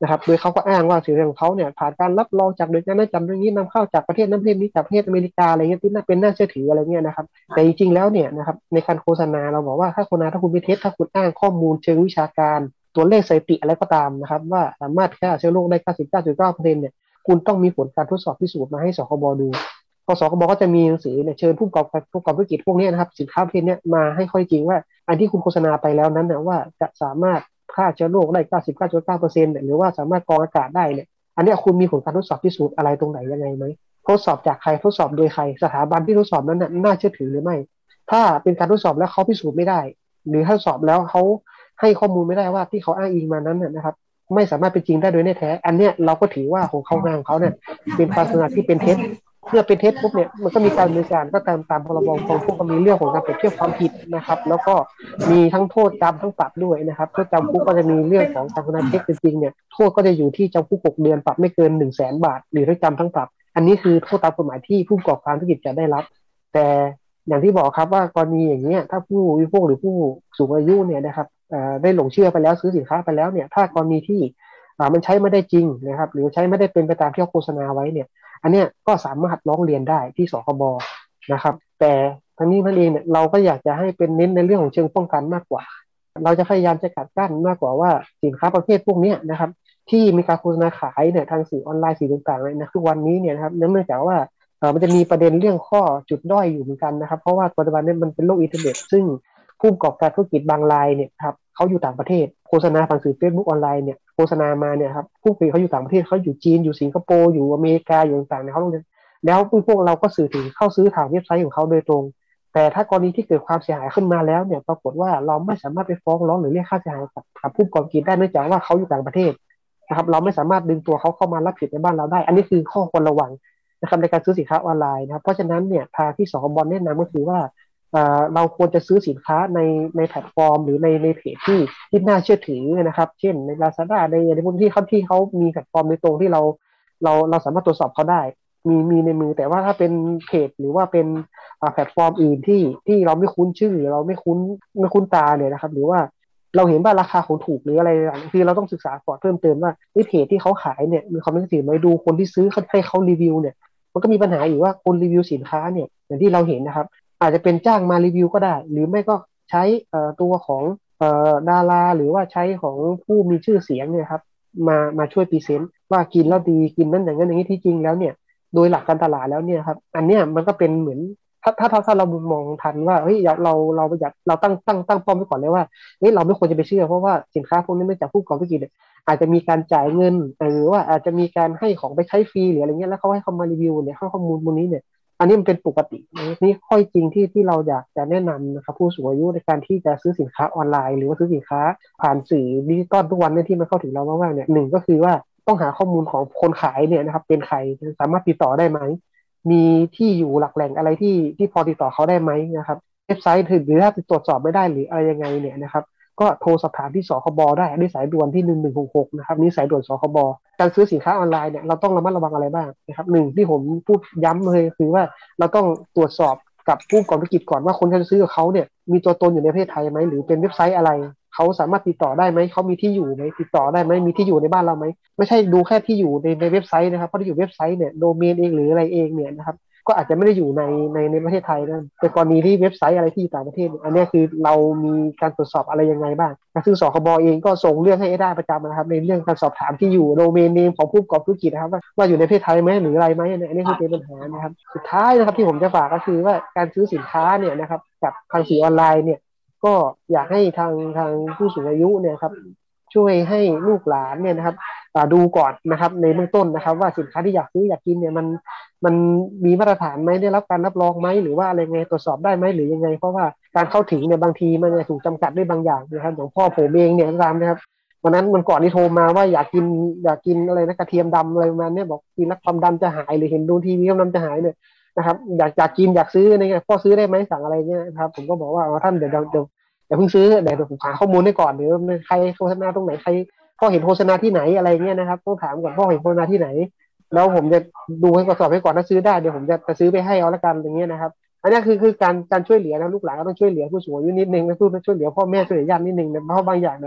S5: นะครับโดยเขาก็อ้างว่าสินค้าของเขาเนี่ยผ่านการรับรองจากหน่วยงานนั้นจากหน่วยนี้นำเข้าจากประเทศนั้นประเทศนี้จากประเทศอเมริกาอะไรเงี้ยที่น่าเป็นน่าเชื่อถืออะไรเงี้ยนะครับแต่จริงๆแล้วเนี่ยนะครับในการโฆษณาเราบอกว่าถ้าโฆษณาถ้าคุณไม่เท็จถ้าคุณอ้างข้อมูลเชิงวิชาการตัวเลขสถิติอะไรก็ตามนะครับว่าสามารถฆ่าเชื้อโรคได้ เก้าสิบเก้าจุดเก้าเปอร์เซ็นต์ เนี่ยคุณต้องมีผลการทดสอบพิสูจน์มาให้สคบดูพอสคบก็จะมีหนังสือเนี่ยเชิญผู้ประกอบการผู้ประกอบธุรกิจพวกนี้นะครับสินค้าประเภทนี้มาให้ข้อจริงว่าอันที่คุณโฆษณาไปแล้วนั้นนะว่าจะสามารถฆ่าเชื้อโรคได้ เก้าสิบเก้าจุดเก้าเปอร์เซ็นต์ หรือว่าสามารถกรองอากาศได้เนี่ยอันนี้คุณมีผลการทดสอบพิสูจน์อะไรตรงไหนยังไงไหมทดสอบจากใครทดสอบโดยใครสถาบันที่ทดสอบนั้นน่าเชื่อถือหรือไม่ถ้าเป็นการทดสอบแล้วเขาพิสูจน์ไม่ได้หรือทดสอบแล้วเขาให้ข้อมูลไม่ได้ว่าที่เขาอ้างอิงมานั้นนะครับไม่สามารถเป็นจริงได้โดยแน่แท้อันเนี้ยเราก็ถือว่าของเขางานของเขาเนี่ยเป็นการโฆษณาที่เป็นเท็จเมื่อเป็นเท็จปุ๊บเนี่ยมันก็มีการดำเนินการก็ตามตามพรบคอมพวกก็มีเรื่องของการเปรียบเทียบความผิดนะครับแล้วก็มีทั้งโทษจำทั้งปรับด้วยนะครับโทษจำคุกก็จะมีเรื่องของการโฆษณาเท็จจริงเนี่ยโทษก็จะอยู่ที่จำคุกหกเดือนปรับไม่เกิน หนึ่งแสน บาทหรือทั้งจำทั้งปรับอันนี้คือโทษตามกฎหมายที่ผู้ประกอบการธุรกิจจะได้รับแต่อย่างที่บอกครับว่ากรณีอย่างเงี้ยถ้าผู้บริโภคหรือผู้สูงอายุเนี่ยนะครับได้หลงเชื่อไปแล้วซื้อสินค้าไปแล้วเนี่ยถ้ากรณีที่มันใช้ไม่ได้จริงนะครับหรือใช้ไม่ได้เป็นไปตามที่โฆษณาไว้เนี่ยอันเนี้ยก็สามารถร้องเรียนได้ที่สคบนะครับแต่ทั้งนี้ทั้งเองเนี่ยเราก็อยากจะให้เป็นเน้นในเรื่องของเชิงป้องกันมากกว่าเราจะพยายามจะกัดกั้นมากกว่าว่าสินค้าประเภทพวกนี้นะครับที่มีการโฆษณาขายเนี่ยทางสื่อออนไลน์สื่อต่างๆในทุกวันนี้เนี่ยนะครับเนื่องจากว่ามันจะมีประเด็นเรื่องข้อจุดด้อยอยู่เหมือนกันนะครับเพราะว่าปัจจุบันนี้มันเป็นโลกอินเทอร์เน็ตซึ่งผู้ประกอบการธุรกิจบางรายเนี่ยครับเขาอยู่ต่างประเทศโฆษณาผ่านสื่อ Facebook ออนไลน์เนี่ยโฆษณามาเนี่ยครับผู้ผลิตเขาอยู่ต่างประเทศเขาอยู่จีนอยู่สิงคโปร์อยู่อเมริกาอยู่ต่างๆในเขาแล้วพวกเราก็สื่อถึงเข้าซื้อทางเว็บไซต์ของเขาโดยตรงแต่ถ้ากรณีที่เกิดความเสียหายขึ้นมาแล้วเนี่ยปรากฏว่าเราไม่สามารถไปฟ้องร้องหรือเรียกค่าเสียหายกับผู้ประกอบการได้เนื่องจากว่าเขาอยู่ต่างประเทศนะครับเราไม่สามารถดึงตัวเขาเข้ามารับผิดในบ้านเราได้อันนี้คือข้อควรระวังนะครับในการซื้อสินค้าออนไลน์นะครับเพราะฉะนั้นเนี่ยทางที่สคบแนะนำก็คือว่าเราควรจะซื้อสินค้าในในแพลตฟอร์มหรือในในเพจที่ที่น่าเชื่อถือนะครับเช่นใน Lazada ในในพวกที่เขาที่เขามีแพลตฟอร์มโดยตรงที่เราเราเราสามารถตรวจสอบเขาได้มีมีในมือแต่ว่าถ้าเป็นเพจหรือว่าเป็นแพลตฟอร์มอื่นที่ที่เราไม่คุ้นชื่อเราไม่คุ้นไม่คุ้นตาเนี่ยนะครับหรือว่าเราเห็นว่าราคาของถูกหรืออะไรคือเราต้องศึกษาก่อนเพิ่มเติมว่าในเพจที่เขาขายเนี่ยมีความน่าเชื่อถือไหมดูคนที่ซื้อให้เขารีวิวเนี่ยมันก็มีปัญหาอยู่ว่าคนรีวิวสินค้าเนี่ยอย่างที่เราเห็นนะครับอาจจะเป็นจ้างมารีวิวก็ได้หรือไม่ก็ใช้ตัวของดาราหรือว่าใช้ของผู้มีชื่อเสียงเนี่ยครับมามาช่วยพรีเซนต์ว่ากินแล้วดีกินนั้นอย่างนั้นอย่างนี้ที่จริงแล้วเนี่ยโดยหลักการตลาดแล้วเนี่ยครับอันเนี้ยมันก็เป็นเหมือนถ้าถ้าถ้าเรามองทันว่าเฮ้ยเราเราอยากเราตั้งตั้งตั้งป้อมไว้ก่อนเลยว่าเฮ้ยเราไม่ควรจะไปเชื่อเพราะว่าสินค้าพวกนี้ไม่จากผู้ประกอบธุรกิจอาจจะมีการจ่ายเงินหรือว่าอาจจะมีการให้ของไปใช้ฟรีหรืออะไรเงี้ยแล้วเขาให้เขามารีวิวเนี่ยข้อมูลพวกนี้เนี่ยอันนี้มันเป็นปกตินี่ข้อจริงที่ที่เราอยากจะแนะนำนะครับผู้สูงอายุในการที่จะซื้อสินค้าออนไลน์หรือว่าซื้อสินค้าผ่านสื่อดิจิตอลทุกวันเนี่ยที่มันเข้าถึงเรามากๆเนี่ยหนึ่งก็คือว่าต้องหาข้อมูลของคนขายเนี่ยนะครับเป็นใครสามารถติดต่อได้ไหมมีที่อยู่หลักแหล่งอะไรที่ที่พอติดต่อเขาได้ไหมนะครับเว็บไซต์หรือถ้าตรวจสอบไม่ได้หรืออะไรยังไงเนี่ยนะครับก็โทรสอบถามที่สคบได้ด้วยสายด่วนที่หนึ่งหนึ่งหกหกนะครับนี่สายด่วนสคบการซื้อสินค้าออนไลน์เนี่ยเราต้องระมัดระวังอะไรบ้างนะครับหนึ่งที่ผมพูดย้ำเลยคือว่าเราต้องตรวจสอบกับผู้ประกอบธุรกิจก่อนว่าคนที่จะซื้อกับเขาเนี่ยมีตัวตนอยู่ในประเทศไทยไหมหรือเป็นเว็บไซต์อะไรเขาสามารถติดต่อได้ไหมเขามีที่อยู่ไหมติดต่อได้ไหมมีที่อยู่ในบ้านเราไหมไม่ใช่ดูแค่ที่อยู่ในในเว็บไซต์นะครับเพราะที่อยู่เว็บไซต์เนี่ยโดเมนเองหรืออะไรเองเนี่ยนะครับก็อาจจะไม่ได้อยู่ในในในประเทศไทยนะแต่กรณีที่เว็บไซต์อะไรที่อยู่ต่างประเทศอันนี้คือเรามีการตรวจสอบอะไรยังไงบ้างซึ่งสคบเองก็ส่งเรื่องให้ได้ประจำนะครับในเรื่องการสอบถามที่อยู่โดเมนเนมของผู้ประกอบธุรกิจนะครับว่าว่าอยู่ในประเทศไทยไหมหรืออะไรไหมอันนี้คือเป็นปัญหานะครับสุดท้ายนะครับที่ผมจะฝากก็คือว่าการซื้อสินค้าเนี่ยนะครับกับทางสื่อออนไลน์เนี่ยก็อยากให้ทางทางผู้สูงอายุเนี่ยครับช่วยให้ลูกหลานเนี่ยนะครับดูก่อนนะครับในเบื้องต้นนะครับว่าสินค้าที่อยากซื้ออยากกินเนี่ยมันมันมีมาตรฐานไหมได้รับการรับรองไหมหรือว่าอะไรไงตรวจสอบได้ไหมหรือยังไงเพราะว่าการเข้าถึงเนี่ยบางทีมันจะถูกจำกัดด้วยบางอย่างนะครับอย่างพ่อผมเองเนี่ยตามนะครับวันนั้นมันก่อนที่โทรมาว่าอยากกินอยากกินอะไรนะกระเทียมดำอะไรประมาณนี้บอกกินแล้วความดันจะหายหรือเห็นดูทีวีความดันจะหายเนี่ยนะครับอยากอยากกินอยากซื้อเนี่ยพ่อซื้อได้ไหมสั่งอะไรเนี่ยครับผมก็บอกว่าท่านเดี๋ยวเดี๋ยวอย่าเพิ่งซื้อเดี๋ยวผมหาข้อมูลให้ก่อนเดี๋ยวใครโฆษณาตรงไหนใครพ่อเห็นโฆษณาที่ไหนอะไรเงี้ยนะครับต้องถามก่อนพ่อเห็นโฆษณาที่ไหนแล้วผมจะดูให้ตรวจสอบให้ก่อนถ้าซื้อได้เดี๋ยวผมจะจะซื้อไปให้เอาละกันอย่างเงี้ยนะครับอันนี้คือคือการการช่วยเหลือนะลูกหลานก็ต้องช่วยเหลือผู้สูงอายุนิดนึงนะผู้ช่วยเหลือพ่อแม่ช่วยเหลือญาตินิดนึงนะเพราะบางอย่างเนี่ย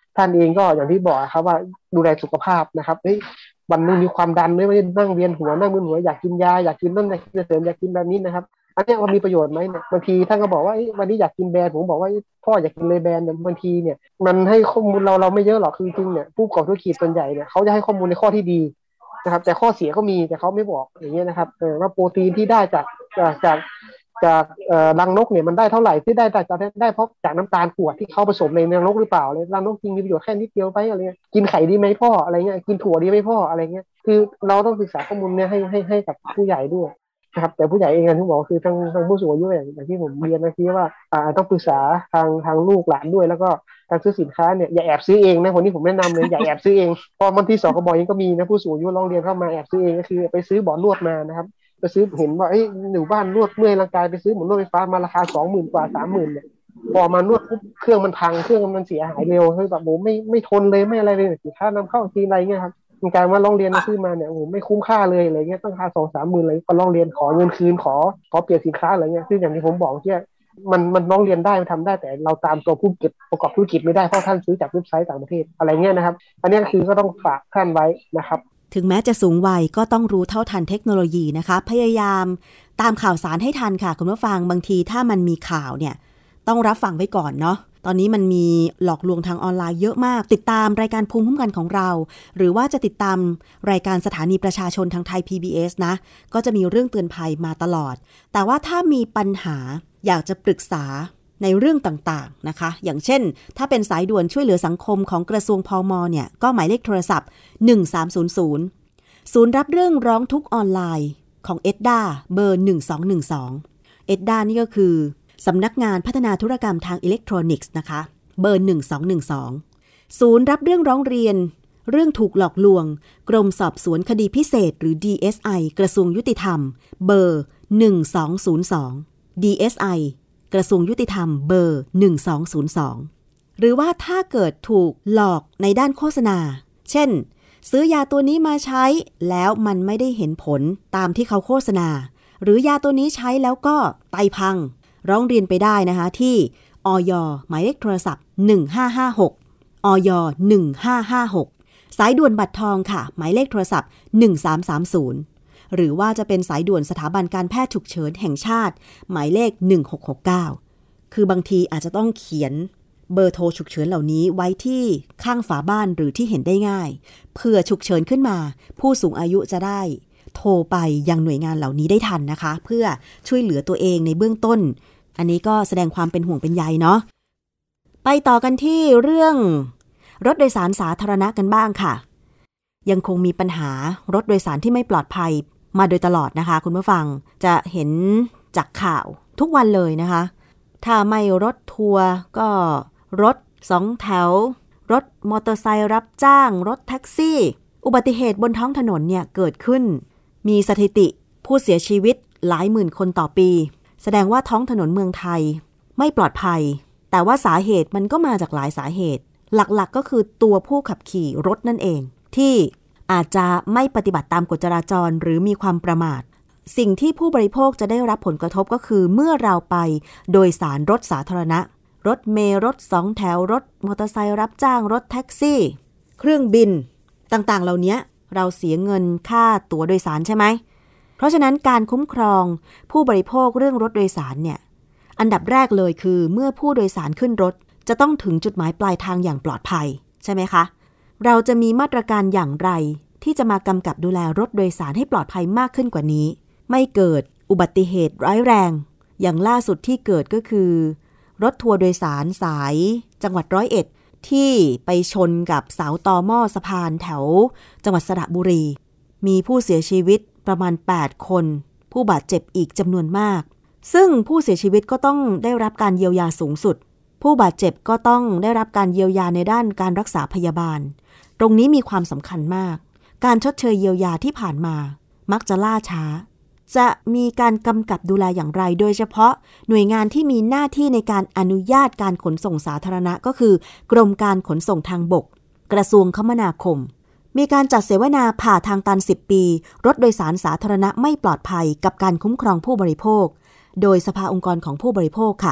S5: ท่านเองก็อย่างที่บอกครับว่าดูแลสุขภาพนะครับเฮ้ยวันนึงมีความดันไม่ได้นั่งเวียนหัวนั่งมึนหัวอยากกินยาอยากกินนั่นอยากกินเสริมอยากกินแบบนี้นะครับอันนี้มันมีประโยชน์ไหมเนี่ยบางทีท่านก็บอกว่าวันนี้อยากกินแบรนด์ผมบอกว่าพ่ออยากกินเลยแบรนด์เนี่ยบางทีเนี่ยมันให้ข้อมูลเราเราไม่เยอะหรอกคือจริงเนี่ยผู้ประกอบธุรกิจส่วนใหญ่เนี่ยเขาจะให้ข้อมูลในข้อที่ดีนะครับแต่ข้อเสียก็มีแต่เขาไม่บอกอย่างเงี้ยนะครับเออว่าโปรตีนที่ได้จากจากจากจากเอ่อรังนกเนี่ยมันได้เท่าไหร่ที่ได้จากได้เพราะจากน้ำตาลขวดที่เขาผสมในรังนกหรือเปล่าเลยรังนกจริงมีประโยชน์แค่นิดเดียวไปอะไรเงี้ยกินไข่ดีไหมพ่ออะไรเงี้ยกินถั่วดีไหมพ่ออะไรเงี้ยคือเราต้องศึกษาข้อมูลเนี่ยให้ให้ให้กับผู้ใหญ่ด้วยนะครับแต่ผู้ใหญ่เองที่บอกคือทางทางผู้สูงอายุอย่างอย่างที่ผมเรียนนะที่ว่าอ่าต้องปรึกษาทางทางลูกหลานด้วยแล้วก็การซื้อสินค้าเนี่ยอย่าแอบซื้อเองนะคนนี้ผมแนะนำเลยอย่าแอบซื้อเองพอบางทีสคบเองก็มีนะผู้สูงอายุร้องเรียนเข้ามาแอบซื้อเองก็คือไปซื้อบ่อนวดมานะครับไปซื้อเห็นว่าเอ้ยอยู่บ้านนวดเมื่อยร่างกายไปซื้อหมุนนวดไฟฟ้ามาราคา สองหมื่น กว่า สามหมื่น เนี่ยพอมานวดปุ๊บเครื่องมันพังเครื่องมันเสียหายเร็วคือแบบโหไม่ไม่ทนเลยไม่อะไรเลยสินค้านำเข้าทีไรเงี้ยครับมีการว่าร้องเรียนซื้อมาเนี่ยโอ้โหไม่คุ้มค่าเลยอะไรเงี้ยต้องค่า สองถึงสามหมื่น เลยก็ร้องเรียนขอเงินคืนขอขอเปลี่ยนสินค้าอะไรเงี้ยซึ่งอย่างที่ผมบอกที่มันมันร้องเรียนได้มันทำได้แต่เราตามตัวผู้เก็บประกอบธุรกิจไม่ได้เพราะท่านซื้อจากเว็บไซต์ต่างประเทศอะไรเงี้ยนะครับอันนี้คือก็ต้องฝากท่านไว้นะครับ
S2: ถึงแม้จะสูงวัยก็ต้องรู้เท่าทันเทคโนโลยีนะคะพยายามตามข่าวสารให้ทันค่ะคุณผู้ฟังบางทีถ้ามันมีข่าวเนี่ยต้องรับฟังไว้ก่อนเนาะตอนนี้มันมีหลอกลวงทางออนไลน์เยอะมากติดตามรายการภูมิคุ้มกันของเราหรือว่าจะติดตามรายการสถานีประชาชนทางไทย พี บี เอส นะก็จะมีเรื่องเตือนภัยมาตลอดแต่ว่าถ้ามีปัญหาอยากจะปรึกษาในเรื่องต่างๆนะคะอย่างเช่นถ้าเป็นสายด่วนช่วยเหลือสังคมของกระทรวงพม.เนี่ยก็หมายเลขโทรศัพท์หนึ่งสามศูนย์ศูนย์ศูนย์รับเรื่องร้องทุกข์ออนไลน์ของ เอ ดี เอ เบอร์หนึ่งสองหนึ่งสอง เอ ดี เอ นี่ก็คือสำนักงานพัฒนาธุรกรรมทางอิเล็กทรอนิกส์นะคะเบอร์หนึ่งสองหนึ่งสองศูนย์รับเรื่องร้องเรียนเรื่องถูกหลอกลวงกรมสอบสวนคดีพิเศษหรือ ดี เอส ไอ กระทรวงยุติธรรมเบอร์หนึ่งสองศูนย์สอง ดี เอส ไอ กระทรวงยุติธรรมเบอร์หนึ่งสองศูนย์สองหรือว่าถ้าเกิดถูกหลอกในด้านโฆษณาเช่นซื้อยาตัวนี้มาใช้แล้วมันไม่ได้เห็นผลตามที่เขาโฆษณาหรือยาตัวนี้ใช้แล้วก็ไตพังร้องเรียนไปได้นะคะที่อย.หมายเลขโทรศัพท์หนึ่งห้าห้าหกอย.หนึ่งห้าห้าหกสายด่วนบัตรทองค่ะหมายเลขโทรศัพท์หนึ่งสามสามศูนย์หรือว่าจะเป็นสายด่วนสถาบันการแพทย์ฉุกเฉินแห่งชาติหมายเลขหนึ่งหกหกเก้าคือบางทีอาจจะต้องเขียนเบอร์โทรฉุกเฉินเหล่านี้ไว้ที่ข้างฝาบ้านหรือที่เห็นได้ง่ายเผื่อฉุกเฉินขึ้นมาผู้สูงอายุจะได้โทรไปยังหน่วยงานเหล่านี้ได้ทันนะคะเพื่อช่วยเหลือตัวเองในเบื้องต้นอันนี้ก็แสดงความเป็นห่วงเป็นใยเนาะไปต่อกันที่เรื่องรถโดยสารสาธารณะกันบ้างค่ะยังคงมีปัญหารถโดยสารที่ไม่ปลอดภัยมาโดยตลอดนะคะคุณผู้ฟังจะเห็นจากข่าวทุกวันเลยนะคะถ้าไม่รถทัวร์ก็รถสองแถวรถมอเตอร์ไซค์รับจ้างรถแท็กซี่อุบัติเหตุบนท้องถนนเนี่ยเกิดขึ้นมีสถิติผู้เสียชีวิตหลายหมื่นคนต่อปีแสดงว่าท้องถนนเมืองไทยไม่ปลอดภัยแต่ว่าสาเหตุมันก็มาจากหลายสาเหตุหลักๆก็คือตัวผู้ขับขี่รถนั่นเองที่อาจจะไม่ปฏิบัติตามกฎจราจรหรือมีความประมาทสิ่งที่ผู้บริโภคจะได้รับผลกระทบก็คือเมื่อเราไปโดยสารรถสาธารณะรถเมล์รถสองแถวรถมอเตอร์ไซค์รับจ้างรถแท็กซี่เครื่องบินต่างๆเหล่านี้เราเสียเงินค่าตั๋วโดยสารใช่ไหมเพราะฉะนั้นการคุ้มครองผู้บริโภคเรื่องรถโดยสารเนี่ยอันดับแรกเลยคือเมื่อผู้โดยสารขึ้นรถจะต้องถึงจุดหมายปลายทางอย่างปลอดภัยใช่ไหมคะเราจะมีมาตรการอย่างไรที่จะมากำกับดูแลรถโดยสารให้ปลอดภัยมากขึ้นกว่านี้ไม่เกิดอุบัติเหตุร้ายแรงอย่างล่าสุดที่เกิดก็คือรถทัวร์โดยสารสายจังหวัดร้อยเอ็ดที่ไปชนกับเสาตอหม้อสะพานแถวจังหวัดสระบุรีมีผู้เสียชีวิตประมาณแปดคนผู้บาดเจ็บอีกจำนวนมากซึ่งผู้เสียชีวิตก็ต้องได้รับการเยียวยาสูงสุดผู้บาดเจ็บก็ต้องได้รับการเยียวยาในด้านการรักษาพยาบาลตรงนี้มีความสำคัญมากการชดเชยเยียวยาที่ผ่านมามักจะล่าช้าจะมีการกำกับดูแลอย่างไรโดยเฉพาะหน่วยงานที่มีหน้าที่ในการอนุญาตการขนส่งสาธารณะก็คือกรมการขนส่งทางบกกระทรวงคมนาคมมีการจัดเสวนาผ่าทางตันสิบปีรถโดยสารสาธารณะไม่ปลอดภัยกับการคุ้มครองผู้บริโภคโดยสภาองค์กรของผู้บริโภคค่ะ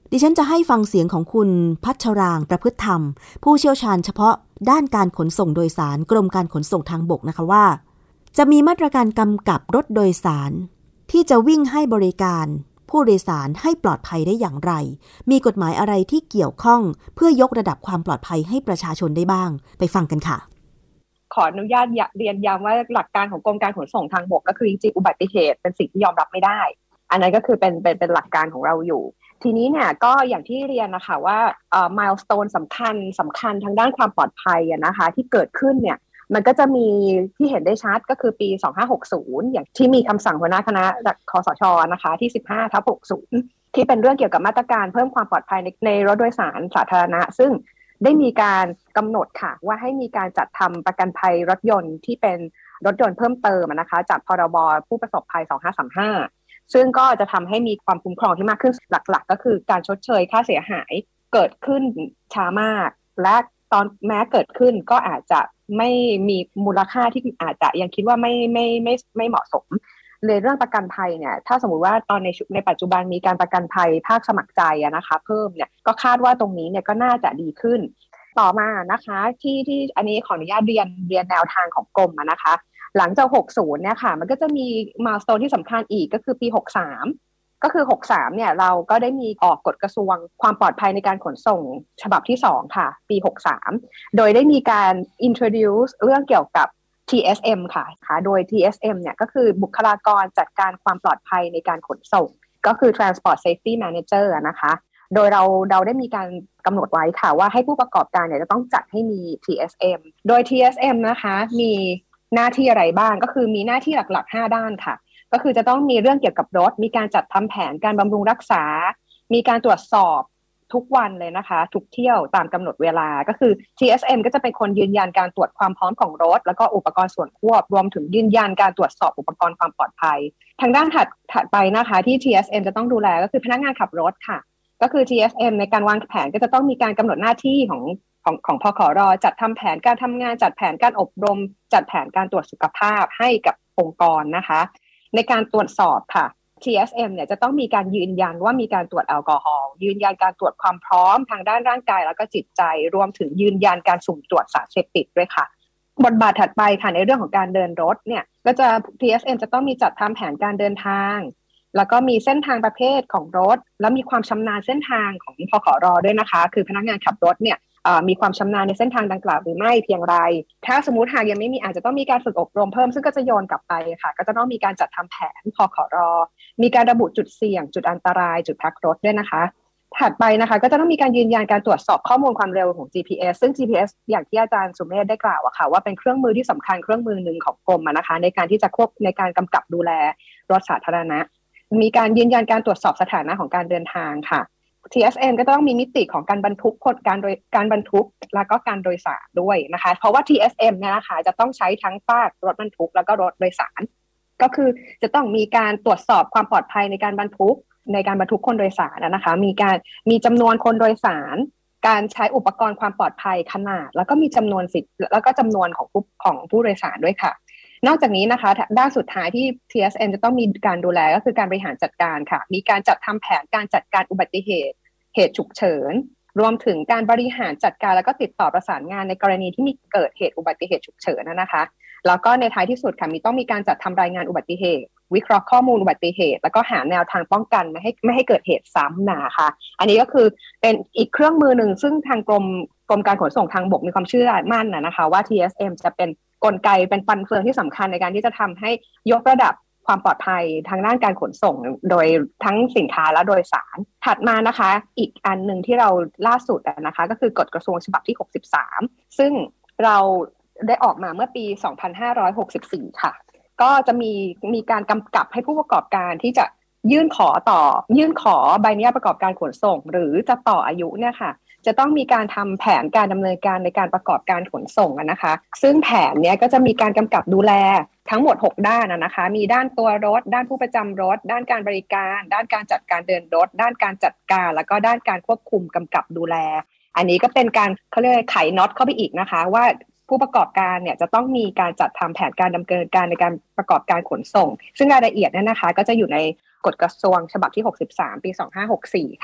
S2: ดิฉันจะให้ฟังเสียงของคุณพัชรางประพฤติธรรมผู้เชี่ยวชาญเฉพาะด้านการขนส่งโดยสารกรมการขนส่งทางบกนะคะว่าจะมีมาตรการกำกับรถโดยสารที่จะวิ่งให้บริการผู้โดยสารให้ปลอดภัยได้อย่างไรมีกฎหมายอะไรที่เกี่ยวข้องเพื่อยกระดับความปลอดภัยให้ประชาชนได้บ้างไปฟังกันค่ะ
S6: ขออนุญาตเรียนย้ำว่าหลักการของกรมการขนส่งทางบกก็คือจริงๆอุบัติเหตุเป็นสิ่งที่ยอมรับไม่ได้อันนั้นก็คือเป็นเป็นเป็นหลักการของเราอยู่ทีนี้เนี่ยก็อย่างที่เรียนนะคะว่าเอ่อ milestone สำคัญสำคัญทางด้านความปลอดภัยนะคะที่เกิดขึ้นเนี่ยมันก็จะมีที่เห็นได้ชัดก็คือปีสองพันห้าร้อยหกสิบอย่างที่มีคำสั่งหัวหน้าคณะคสช.นะคะที่ สิบห้าทับหกสิบ ที่เป็นเรื่องเกี่ยวกับมาตรการเพิ่มความปลอดภัยในในรถโดยสารสาธารณะซึ่งได้มีการกำหนดค่ะว่าให้มีการจัดทำประกันภัยรถยนต์ที่เป็นรถยนต์เพิ่มเติมนะคะจากพรบผู้ประสบภัยสองพันห้าร้อยสามสิบห้าซึ่งก็จะทำให้มีความคุ้มครองที่มากขึ้นหลักๆก็คือการชดเชยค่าเสียหายเกิดขึ้นช้ามากและตอนแม้เกิดขึ้นก็อาจจะไม่มีมูลค่าที่อาจจะยังคิดว่าไม่ไม่ไม่ไม่เหมาะสมเลยเรื่องประกันภัยเนี่ยถ้าสมมุติว่าตอนในในปัจจุบันมีการประกันภัยภาคสมัครใจนะคะเพิ่มเนี่ยก็คาดว่าตรงนี้เนี่ยก็น่าจะดีขึ้นต่อมานะคะที่ที่อันนี้ขออนุญาตเรียนเรียนแนวทางของกรมนะคะหลังจากหกสิบเนี่ยค่ะมันก็จะมีมายลสโตนที่สำคัญอีกก็คือปีหกสิบสามก็คือหกสิบสามเนี่ยเราก็ได้มีออกกฎกระทรวงความปลอดภัยในการขนส่งฉบับที่สองค่ะปีหกสิบสามโดยได้มีการ introduce เรื่องเกี่ยวกับ ที เอส เอ็ม ค่ะโดย ที เอส เอ็ม เนี่ยก็คือบุคลากรจัดการความปลอดภัยในการขนส่งก็คือ Transport Safety Manager นะคะโดยเราเราได้มีการกำหนดไว้ค่ะว่าให้ผู้ประกอบการเนี่ยจะต้องจัดให้มี ที เอส เอ็ม โดย ที เอส เอ็ม นะคะมีหน้าที่อะไรบ้างก็คือมีหน้าที่หลักๆห้าด้านค่ะก็คือจะต้องมีเรื่องเกี่ยวกับรถมีการจัดทำแผนการบำรุงรักษามีการตรวจสอบทุกวันเลยนะคะทุกเที่ยวตามกำหนดเวลาก็คือ ที เอส เอ็ม ก็จะเป็นคนยืนยันการตรวจความพร้อมของรถแล้วก็อุปกรณ์ส่วนควบรวมถึงยืนยันการตรวจสอบอุปกรณ์ความปลอดภัยทางด้านถัดถัดไปนะคะที่ ที เอส เอ็ม จะต้องดูแลก็คือพนักงานขับรถค่ะก็คือ ที เอส เอ็ม ในการวางแผนก็จะต้องมีการกำหนดหน้าที่ของของของพคร.จัดทำแผนการทำงานจัดแผนการอบรมจัดแผนการตรวจสุขภาพให้กับองค์กรนะคะในการตรวจสอบค่ะ ที เอส เอ็ม เนี่ยจะต้องมีการยืนยันว่ามีการตรวจแอลกอฮอล์ยืนยันการตรวจความพร้อมทางด้านร่างกายแล้วก็จิตใจรวมถึงยืนยันการสุ่มตรวจสารเสพติดด้วยค่ะบทบาทถัดไปค่ะในเรื่องของการเดินรถเนี่ยก็จะ ที เอส เอ็ม จะต้องมีจัดทำแผนการเดินทางแล้วก็มีเส้นทางประเภทของรถแล้วมีความชำนาญเส้นทางของพคร.ด้วยนะคะคือพนักงานขับรถเนี่ยมีความชำนาญในเส้นทางดังกล่าวหรือไม่เพียงไรถ้าสมมุติหากยังไม่มีอาจจะต้องมีการฝึกอบรมเพิ่มซึ่งก็จะโยนกลับไปค่ะก็จะต้องมีการจัดทำแผนพคร.มีการระบุจุดเสี่ยงจุดอันตรายจุดพักรถด้วยนะคะถัดไปนะคะก็จะต้องมีการยืนยันการตรวจสอบข้อมูลความเร็วของ จี พี เอส ซึ่ง จี พี เอส อย่างที่อาจารย์สุเมธได้กล่าวอะค่ะว่าเป็นเครื่องมือที่สำคัญเครื่องมือหนึ่งของกรมนะคะในการที่จะควบในการกำกับดูแลรถสาธารณะมีการยืนยันการตรวจสอบสถานะของการเดินทางค่ะ ที เอส เอ็ม ก็ต้องมีมิติของการบรรทุกคนการโดยการบรรทุกแล้วก็การโดยสารด้วยนะคะเพราะว่า ที เอส เอ็ม เนี่ยนะคะจะต้องใช้ทั้งภาครถบรรทุกแล้วก็รถโดยสารก็คือจะต้องมีการตรวจสอบความปลอดภัยในการบรรทุกในการบรรทุกคนโดยสารนะคะมีการมีจำนวนคนโดยสารการใช้อุปกรณ์ความปลอดภัยขนาดแล้วก็มีจำนวนสิทธิ์แล้วก็จำนวนของผู้ของผู้โดยสารด้วยค่ะนอกจากนี้นะคะด้านสุดท้ายที่ ที เอส เอ็ม จะต้องมีการดูแลก็คือการบริหารจัดการค่ะมีการจัดทำแผนการจัดการอุบัติเหตุเหตุฉุกเฉินรวมถึงการบริหารจัดการแล้วก็ติดต่อประสานงานในกรณีที่มีเกิดเหตุอุบัติเหตุฉุกเฉินนะคะแล้วก็ในท้ายที่สุดค่ะมีต้องมีการจัดทำรายงานอุบัติเหตุวิเคราะห์ข้อมูลอุบัติเหตุแล้วก็หาแนวทางป้องกันไม่ให้ไม่ให้เกิดเหตุซ้ำนะคะอันนี้ก็คือเป็นอีกเครื่องมือหนึ่งซึ่งทางกรมกรมการขนส่งทางบกมีความเชื่อมั่นนะคะว่า ที เอส เอ็ม จะเป็นกลไกเป็นฟันเฟืองที่สำคัญในการที่จะทำให้ยกระดับความปลอดภัยทางด้านการขนส่งโดยทั้งสินค้าและโดยสารถัดมานะคะอีกอันหนึ่งที่เราล่าสุดนะคะก็คือกฎกระทรวงฉบับที่หกสิบสามซึ่งเราได้ออกมาเมื่อปีสองพันห้าร้อยหกสิบสี่ค่ะก็จะมีมีการกำกับให้ผู้ประกอบการที่จะยื่นขอต่อยื่นขอใบอนุญาตประกอบการขนส่งหรือจะต่ออายุเนี่ยค่ะจะต้องมีการทำแผนการดำเนินการในการประกอบการขนส่งนะคะซึ่งแผนเนี้ยก็จะมีการกำกับดูแลทั้งหมดหกด้านนะคะมีด้านตัวรถด้านผู้ประจำรถด้านการบริการด้านการจัดการเดินรถด้านการจัดการแล้วก็ด้านการควบคุมกำกับดูแลอันนี้ก็เป็นการเขาเรียกไขน็อตเข้าไปอีกนะคะว่าผู้ประกอบการเนี่ยจะต้องมีการจัดทำแผนการดำเนินการในการประกอบการขนส่งซึ่งรายละเอียดนั้นนะคะก็จะอยู่ในกฎกระทรวงฉบับที่หกสิบสามปีสองพันห้าร้อยหกสิบสี่ค่ะ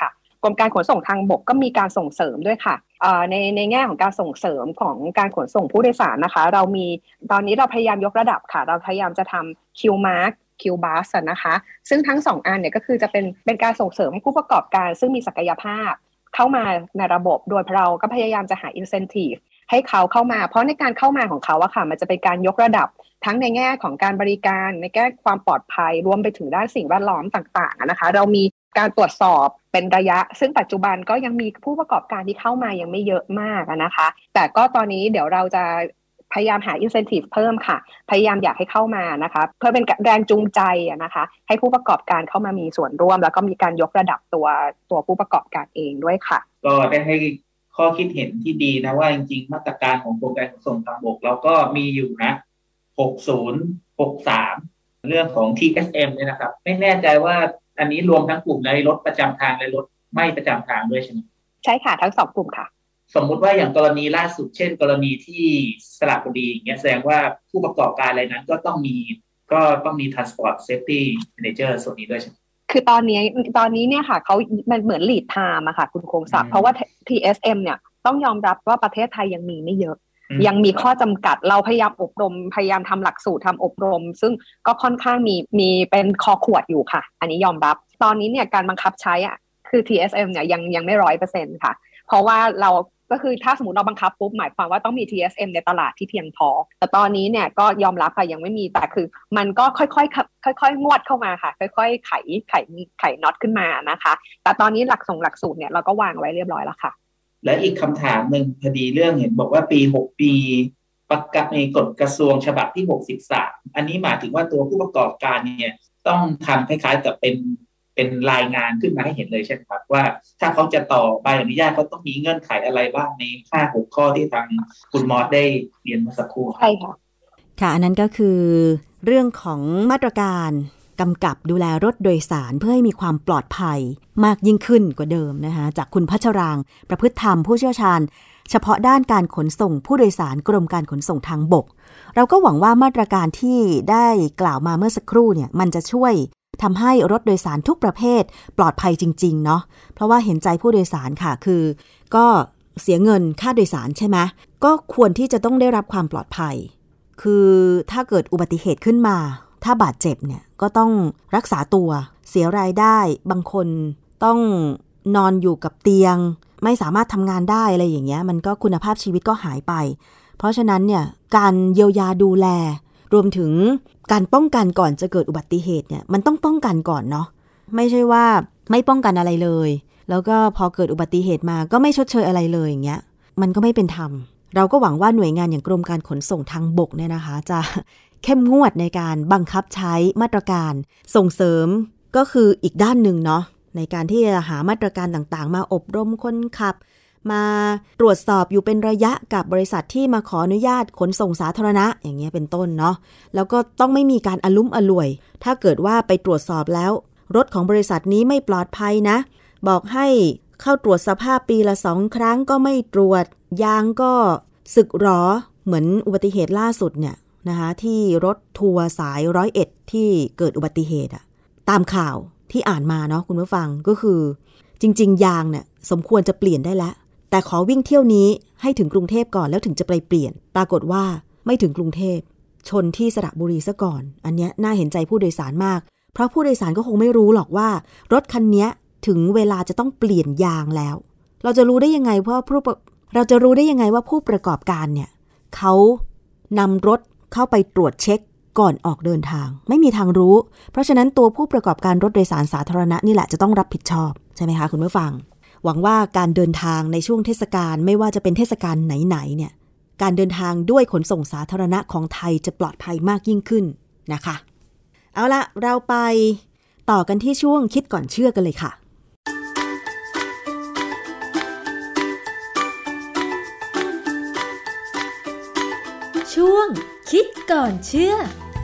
S6: กรมการขนส่งทางบกก็มีการส่งเสริมด้วยค่ะในในแง่ของการส่งเสริมของการขนส่งผู้โดยสารนะคะเรามีตอนนี้เราพยายามยกระดับค่ะเราพยายามจะทำ Q Mark Q Bus นะคะซึ่งทั้งสองอันเนี่ยก็คือจะเป็นเป็นการส่งเสริมให้ผู้ประกอบการซึ่งมีศักยภาพเข้ามาในระบบโดยเราก็พยายามจะหา incentive ให้เขาเข้ามาเพราะในการเข้ามาของเขาอะค่ะมันจะเป็นการยกระดับทั้งในแง่ของการบริการในแง่ความปลอดภัยรวมไปถึงด้านสิ่งแวดล้อมต่างๆนะคะเรามีการตรวจสอบเป็นระยะซึ่งปัจจุบันก็ยังมีผู้ประกอบการที่เข้ามายังไม่เยอะมากนะคะแต่ก็ตอนนี้เดี๋ยวเราจะพยายามหา incentive เพิ่มค่ะพยายามอยากให้เข้ามานะคะเพื่อเป็นแรงจูงใจนะคะให้ผู้ประกอบการเข้ามามีส่วนร่วมแล้วก็มีการยกระดับตัวตัวผู้ประกอบการเองด้วยค่ะ
S7: ก็ได้ให้ข้อคิดเห็นที่ดีนะว่าจริงๆมาตรการของกรมการขนส่งทางบกเราก็มีอยู่นะหกสิบ หกสิบสามเรื่องของ ที เอส เอ็ม เนี่ยนะครับไม่แน่ใจว่าอันนี้รวมทั้งกลุ่มในรถประจำทางและรถไม่ประจำทางด้วยใช่ไหม
S6: ใช่ค่ะทั้งสองกลุ่มค่ะ
S7: สมมุติว่าอย่างกรณีล่าสุดเช่นกรณีที่สระบุรีอย่างเงี้ยแสดงว่าผู้ประกอบการอะไรนั้นก็ต้องมีก็ต้องมี Transport Safety Manager ส่วนนี้ด้วยใช่ไหม
S6: คือตอนนี้ตอนนี้เนี่ยค่ะเขามันเหมือน lead time อะค่ะคุณคงศักดิ์เพราะว่า ที เอส เอ็ม เนี่ยต้องยอมรับว่าประเทศไทยยังมีไม่เยอะยังมีข้อจำกัดเราพยายามอบรมพยายามทำหลักสูตรทำอบรมซึ่งก็ค่อนข้างมีมีเป็นคอขวดอยู่ค่ะอันนี้ยอมรับตอนนี้เนี่ยการบังคับใช้อะคือ ที เอส เอ็ม เนี่ยยังยังไม่ ร้อยเปอร์เซ็นต์ ค่ะเพราะว่าเราก็คือถ้าสมมติเราบังคับปุ๊บหมายความว่าต้องมี ที เอส เอ็ม ในตลาดที่เพียงพอแต่ตอนนี้เนี่ยก็ยอมรับค่ะยังไม่มีแต่คือมันก็ค่อยๆค่อยๆงวดเข้ามาค่ะค่อยๆไขไขไขน็อตขึ้นมานะคะแต่ตอนนี้หลักส่งหลักสูตรเนี่ยเราก็วางไว้เรียบร้อยแล้วค่ะ
S7: และอีกคำถามหนึ่งพอดีเรื่องเห็นบอกว่าปีหกปีประกาศในกฎกระทรวงฉบับที่หกสิบสามอันนี้หมายถึงว่าตัวผู้ประกอบการเนี่ยต้องทำคล้ายๆกับเป็นเป็นรายงานขึ้นมาให้เห็นเลยใช่ไหมครับว่าถ้าเขาจะต่อใบอนุญาตเขาต้องมีเงื่อนไขอะไรบ้างในห้าหกข้อที่ทางคุณมอสได้เรียนเมื่อสักครู่
S6: ใช่ค่ะ
S2: ค่ะอันนั้นก็คือเรื่องของมาตรการกำกับดูแลรถโดยสารเพื่อให้มีความปลอดภัยมากยิ่งขึ้นกว่าเดิมนะคะจากคุณพัชรางประพฤติธรรมผู้เชี่ยวชาญเฉพาะด้านการขนส่งผู้โดยสารกรมการขนส่งทางบกเราก็หวังว่ามาตรการที่ได้กล่าวมาเมื่อสักครู่เนี่ยมันจะช่วยทำให้รถโดยสารทุกประเภทปลอดภัยจริงๆเนาะเพราะว่าเห็นใจผู้โดยสารค่ะคือก็เสียเงินค่าโดยสารใช่ไหมก็ควรที่จะต้องได้รับความปลอดภัยคือถ้าเกิดอุบัติเหตุขึ้นมาถ้าบาดเจ็บเนี่ยก็ต้องรักษาตัวเสียรายได้บางคนต้องนอนอยู่กับเตียงไม่สามารถทำงานได้อะไรอย่างเงี้ยมันก็คุณภาพชีวิตก็หายไปเพราะฉะนั้นเนี่ยการเยียวยาดูแลรวมถึงการป้องกันก่อนจะเกิดอุบัติเหตุเนี่ยมันต้องป้องกันก่อนเนาะไม่ใช่ว่าไม่ป้องกันอะไรเลยแล้วก็พอเกิดอุบัติเหตุมาก็ไม่ชดเชยอะไรเลยอย่างเงี้ยมันก็ไม่เป็นธรรมเราก็หวังว่าหน่วยงานอย่างกรมการขนส่งทางบกเนี่ยนะคะจะเข้มงวดในการบังคับใช้มาตรการส่งเสริมก็คืออีกด้านหนึ่งเนาะในการที่จะหามาตรการต่างๆมาอบรมคนขับมาตรวจสอบอยู่เป็นระยะกับบริษัทที่มาขออนุญาตขนส่งสาธารณะอย่างเงี้ยเป็นต้นเนาะแล้วก็ต้องไม่มีการอลุ้มอล่วยถ้าเกิดว่าไปตรวจสอบแล้วรถของบริษัทนี้ไม่ปลอดภัยนะบอกให้เข้าตรวจสภาพปีละสองครั้งก็ไม่ตรวจยางก็สึกหรอเหมือนอุบัติเหตุล่าสุดเนี่ยนะคะที่รถทัวร์สายร้อยเอ็ดที่เกิดอุบัติเหตุอะตามข่าวที่อ่านมาเนาะคุณผู้ฟังก็คือจริงๆยางเนี่ยสมควรจะเปลี่ยนได้แล้วแต่ขอวิ่งเที่ยวนี้ให้ถึงกรุงเทพก่อนแล้วถึงจะไปเปลี่ยนปรากฏว่าไม่ถึงกรุงเทพชนที่สระบุรีซะก่อนอันเนี้ยน่าเห็นใจผู้โดยสารมากเพราะผู้โดยสารก็คงไม่รู้หรอกว่ารถคันนี้ถึงเวลาจะต้องเปลี่ยนยางแล้วเราจะรู้ได้ยังไงเพราะผู้เราจะรู้ได้ยังไงว่าผู้ประกอบการเนี่ยเขานำรถเข้าไปตรวจเช็คก่อนออกเดินทางไม่มีทางรู้เพราะฉะนั้นตัวผู้ประกอบการรถโดยสารสาธารณะนี่แหละจะต้องรับผิดชอบใช่ไหมคะคุณผู้ฟังหวังว่าการเดินทางในช่วงเทศกาลไม่ว่าจะเป็นเทศกาลไหนๆเนี่ยการเดินทางด้วยขนส่งสาธารณะของไทยจะปลอดภัยมากยิ่งขึ้นนะคะเอาละเราไปต่อกันที่ช่วงคิดก่อนเชื่อกันเลยค่ะ
S1: ช่วงคิดก่อนเชื่อ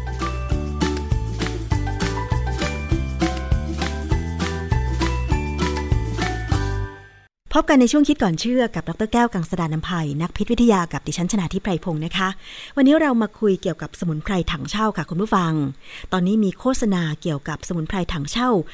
S2: พบกันในช่วงคิดก่อนเชื่อกับดร.แก้วกังสดาลอำไพนักพิษวิทยากับดิฉันชนาธิปไพพงศ์นะคะวันนี้เรามาคุยเกี่ยวกับสมุนไพรถังเช่าค่ะคุณผู้ฟังตอนนี้มีโฆษณาเกี่ยวกับสมุนไพรถังเช่า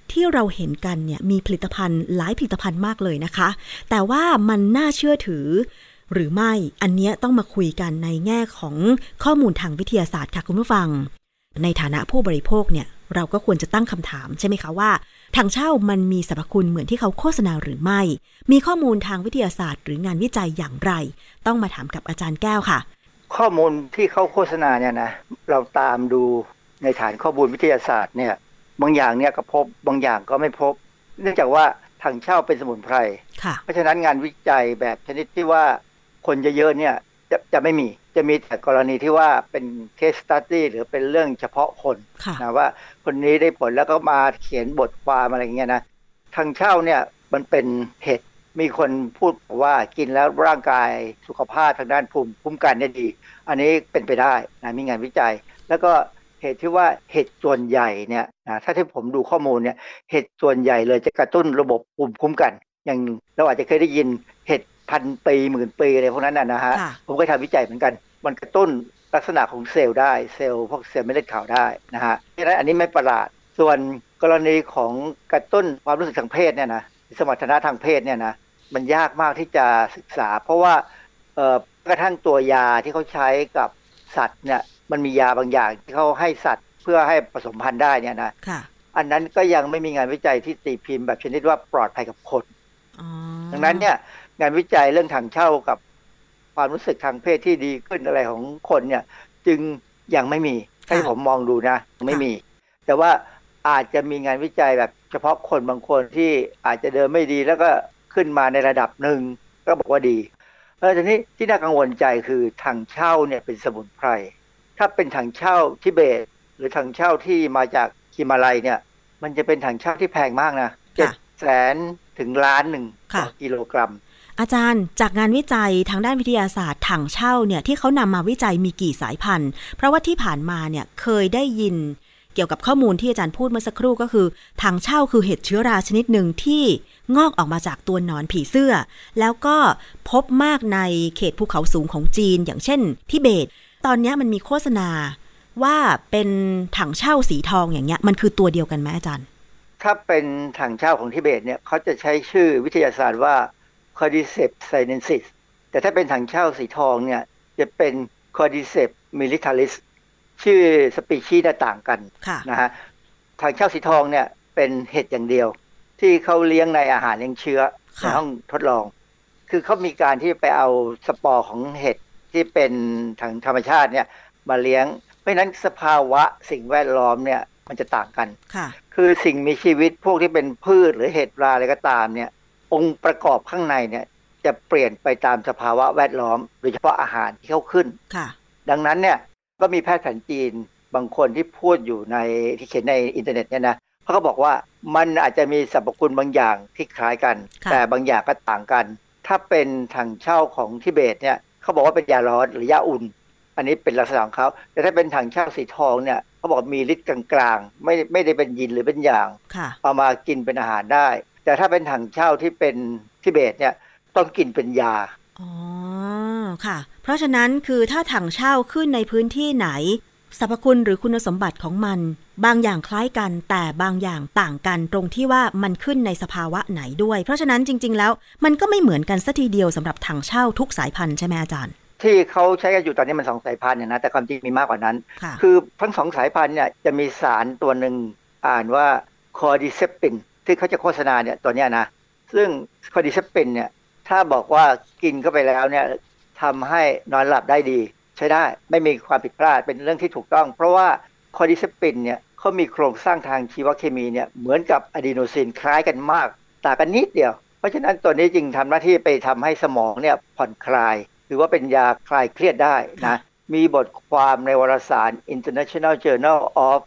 S2: ที่เราเห็นกันเนี่ยมีผลิตภัณฑ์หลายผลิตภัณฑ์มากเลยนะคะแต่ว่ามันน่าเชื่อถือหรือไม่อันเนี้ยต้องมาคุยกันในแง่ของข้อมูลทางวิทยาศาสตร์ค่ะคุณผู้ฟังในฐานะผู้บริโภคเนี่ยเราก็ควรจะตั้งคำถามใช่ไหมคะว่าถังเช่ามันมีสรรพคุณเหมือนที่เขาโฆษณาหรือไม่มีข้อมูลทางวิทยาศาสตร์หรืองานวิจัยอย่างไรต้องมาถามกับอาจารย์แก้วค่ะ
S8: ข้อมูลที่เขาโฆษณาเนี่ยนะเราตามดูในฐานข้อมูลวิทยาศาสตร์เนี่ยบางอย่างเนี่ยก็พบบางอย่างก็ไม่พบเนื่องจากว่าถังเช่าเป็นสมุนไพรเพราะฉะนั้นงานวิจัยแบบชนิดที่ว่าคนเยอะๆเนี่ยจะจะไม่มีจะมีแต่กรณีที่ว่าเป็น case study หรือเป็นเรื่องเฉพาะคนนะว่าคนนี้ได้ผลแล้วก็มาเขียนบทความอะไรอย่างเงี้ยนะถังเช่าเนี่ยมันเป็นเห็ดมีคนพูดว่ากินแล้วร่างกายสุขภาพทางด้านภูมิคุ้มกันเนี่ยดีอันนี้เป็นไปได้นะมีงานวิจัยแล้วก็เหตุที่ว่าเห็ดส่วนใหญ่เนี่ยนะถ้าที่ผมดูข้อมูลเนี่ยเห็ดส่วนใหญ่เลยจะกระตุ้นระบบภูมิคุ้มกันอย่างเราอาจจะเคยได้ยินเห็ดพันปีหมื่นปีอะไรพวกนั้นนะฮะผมก็ทำวิจัยเหมือนกันมันกระตุ้นลักษณะของเซลล์ได้เซลล์พวกเซลล์เม็ดเลือดขาวได้นะฮะเพราะฉะนั้นอันนี้ไม่ประหลาดส่วนกรณีของกระตุ้นความรู้สึกทางเพศเนี่ยนะสมรรถนะทางเพศเนี่ยนะมันยากมากที่จะศึกษาเพราะว่าเอ่อกระทั่งตัวยาที่เขาใช้กับสัตว์เนี่ยมันมียาบางอย่างที่เขาให้สัตว์เพื่อให้ผสมพันธุ์ได้เนี่ยนะอันนั้นก็ยังไม่มีงานวิจัยที่ตีพิมพ์แบบชนิดว่าปลอดภัยกับคนดังนั้นเนี่ยงานวิจัยเรื่องถังเช่ากับความรู้สึกทางเพศที่ดีขึ้นอะไรของคนเนี่ยจึงยังไม่มีให้ผมมองดูนะไม่มีแต่ว่าอาจจะมีงานวิจัยแบบเฉพาะคนบางคนที่อาจจะเดินไม่ดีแล้วก็ขึ้นมาในระดับหนึ่งก็บอกว่าดีเออทีนี้ที่น่ากังวลใจคือถังเช่าเนี่ยเป็นสมุนไพรถ้าเป็นถังเช่าทิเบตหรือถังเช่าที่มาจากฮิมาลัยเนี่ยมันจะเป็นถังเช่าที่แพงมากนะเจ็ดแสนถึงล้านหนึ่งต่อกิโลกรัม
S2: อาจารย์จากงานวิจัยทางด้านวิทยาศาสตร์ถังเช่าเนี่ยที่เขานำมาวิจัยมีกี่สายพันธุ์เพราะว่าที่ผ่านมาเนี่ยเคยได้ยินเกี่ยวกับข้อมูลที่อาจารย์พูดเมื่อสักครู่ก็คือถังเช่าคือเห็ดเชื้อราชนิดหนึ่งที่งอกออกมาจากตัวหนอนผีเสื้อแล้วก็พบมากในเขตภูเขาสูงของจีนอย่างเช่นทิเบตตอนนี้มันมีโฆษณาว่าเป็นถังเช่าสีทองอย่างเงี้ยมันคือตัวเดียวกันไหมอาจารย์
S8: ถ้าเป็นถังเช่าของทิเบตเนี่ยเขาจะใช้ชื่อวิทยาศาสตร์ว่า Cordyceps sinensis แต่ถ้าเป็นถังเช่าสีทองเนี่ยจะเป็น Cordyceps militaris ชื่อสปีชีส์ต่างกันนะฮะถังเช่าสีทองเนี่ยเป็นเห็ดอย่างเดียวที่เขาเลี้ยงในอาหารเลี้ยงเชื้อในห้องทดลองคือเขามีการที่ไปเอาสปอร์ของเห็ดที่เป็นทางธรรมชาติเนี่ยมาเลี้ยงเพราะฉะนั้นสภาวะสิ่งแวดล้อมเนี่ยมันจะต่างกันคือสิ่งมีชีวิตพวกที่เป็นพืชหรือเห็ดราอะไรก็ตามเนี่ยองค์ประกอบข้างในเนี่ยจะเปลี่ยนไปตามสภาวะแวดล้อมโดยเฉพาะอาหารที่เข้าขึ้นดังนั้นเนี่ยก็มีแพทย์แผนจีนบางคนที่พูดอยู่ในที่เขียนในอินเทอร์เน็ตเนี่ยนะเขาก็บอกว่ามันอาจจะมีสรรพคุณบางอย่างที่คล้ายกันแต่บางอย่างก็ต่างกันถ้าเป็นถังเช่าของทิเบตเนี่ยเขาบอกว่าเป็นยาร้อนหรือยาอุ่นอันนี้เป็นลักษณะของเขาแต่ถ้าเป็นถังเช่าสีทองเนี่ยเขาบอกมีฤทธิ์กลางๆไม่ไม่ได้เป็นยินหรือเป็นหยางเอามากินเป็นอาหารได้แต่ถ้าเป็นถังเช่าที่เป็นทิเบตเนี่ยต้องกินเป็นยา
S2: อ๋อค่ะเพราะฉะนั้นคือถ้าถังเช่าขึ้นในพื้นที่ไหนสรรพคุณหรือคุณสมบัติของมันบางอย่างคล้ายกันแต่บางอย่างต่างกันตรงที่ว่ามันขึ้นในสภาวะไหนด้วยเพราะฉะนั้นจริงๆแล้วมันก็ไม่เหมือนกันซะทีเดียวสำหรับถังเช่าทุกสายพันธุ์ใช่ไหมอาจารย์
S8: ที่เขาใช้กันอยู่ตอนนี้มันสองสายพันธุ์เนี่ยนะแต่ความจริงมีมากกว่านั้นคือทั้งสองสายพันธุ์เนี่ยจะมีสารตัวหนึ่งอ่านว่า Cordycepin ที่เขาจะโฆษณาเนี่ยตัวเนี้ยนะซึ่ง Cordycepin เนี่ยถ้าบอกว่ากินเข้าไปแล้วเนี่ยทำให้นอนหลับได้ดีใช้ได้ไม่มีความผิดพลาดเป็นเรื่องที่ถูกต้องเพราะว่าคอร์ดิเซปินเนี่ยเขามีโครงสร้างทางชีวเคมีเนี่ยเหมือนกับอะดีโนซินคล้ายกันมากต่างกันนิดเดียวเพราะฉะนั้นตัวนี้จึงทำหน้าที่ไปทำให้สมองเนี่ยผ่อนคลายหรือว่าเป็นยาคลายเครียดได้นะมีบทความในวารสาร International Journal of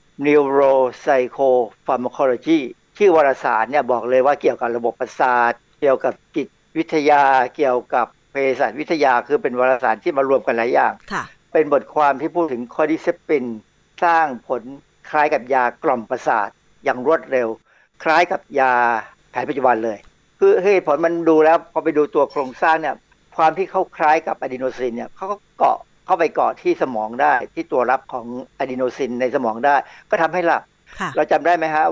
S8: Neuropsychopharmacology ชื่อวารสารเนี่ยบอกเลยว่าเกี่ยวกับระบบประสาทเกี่ยวกับจิตวิทยาเกี่ยวกับเภสัชวิทยาคือเป็นวารสารที่มารวมกันหลายอย่างเป็นบทความที่พูดถึงคอร์ดิเซปินสร้างผลคล้ายกับยากล่อมประสาทอย่างรวดเร็วคล้ายกับยาแผนปัจจุบันเลยคือเหตุผลมันดูแล้วพอไปดูตัวโครงสร้างเนี่ยความที่เขาคล้ายกับอะดีโนซินเนี่ยเขาก็เกาะเข้าไปเกาะที่สมองได้ที่ตัวรับของอะดีโนซินในสมองได้ก็ทำให้หลับเราจำได้ไหมฮะว่า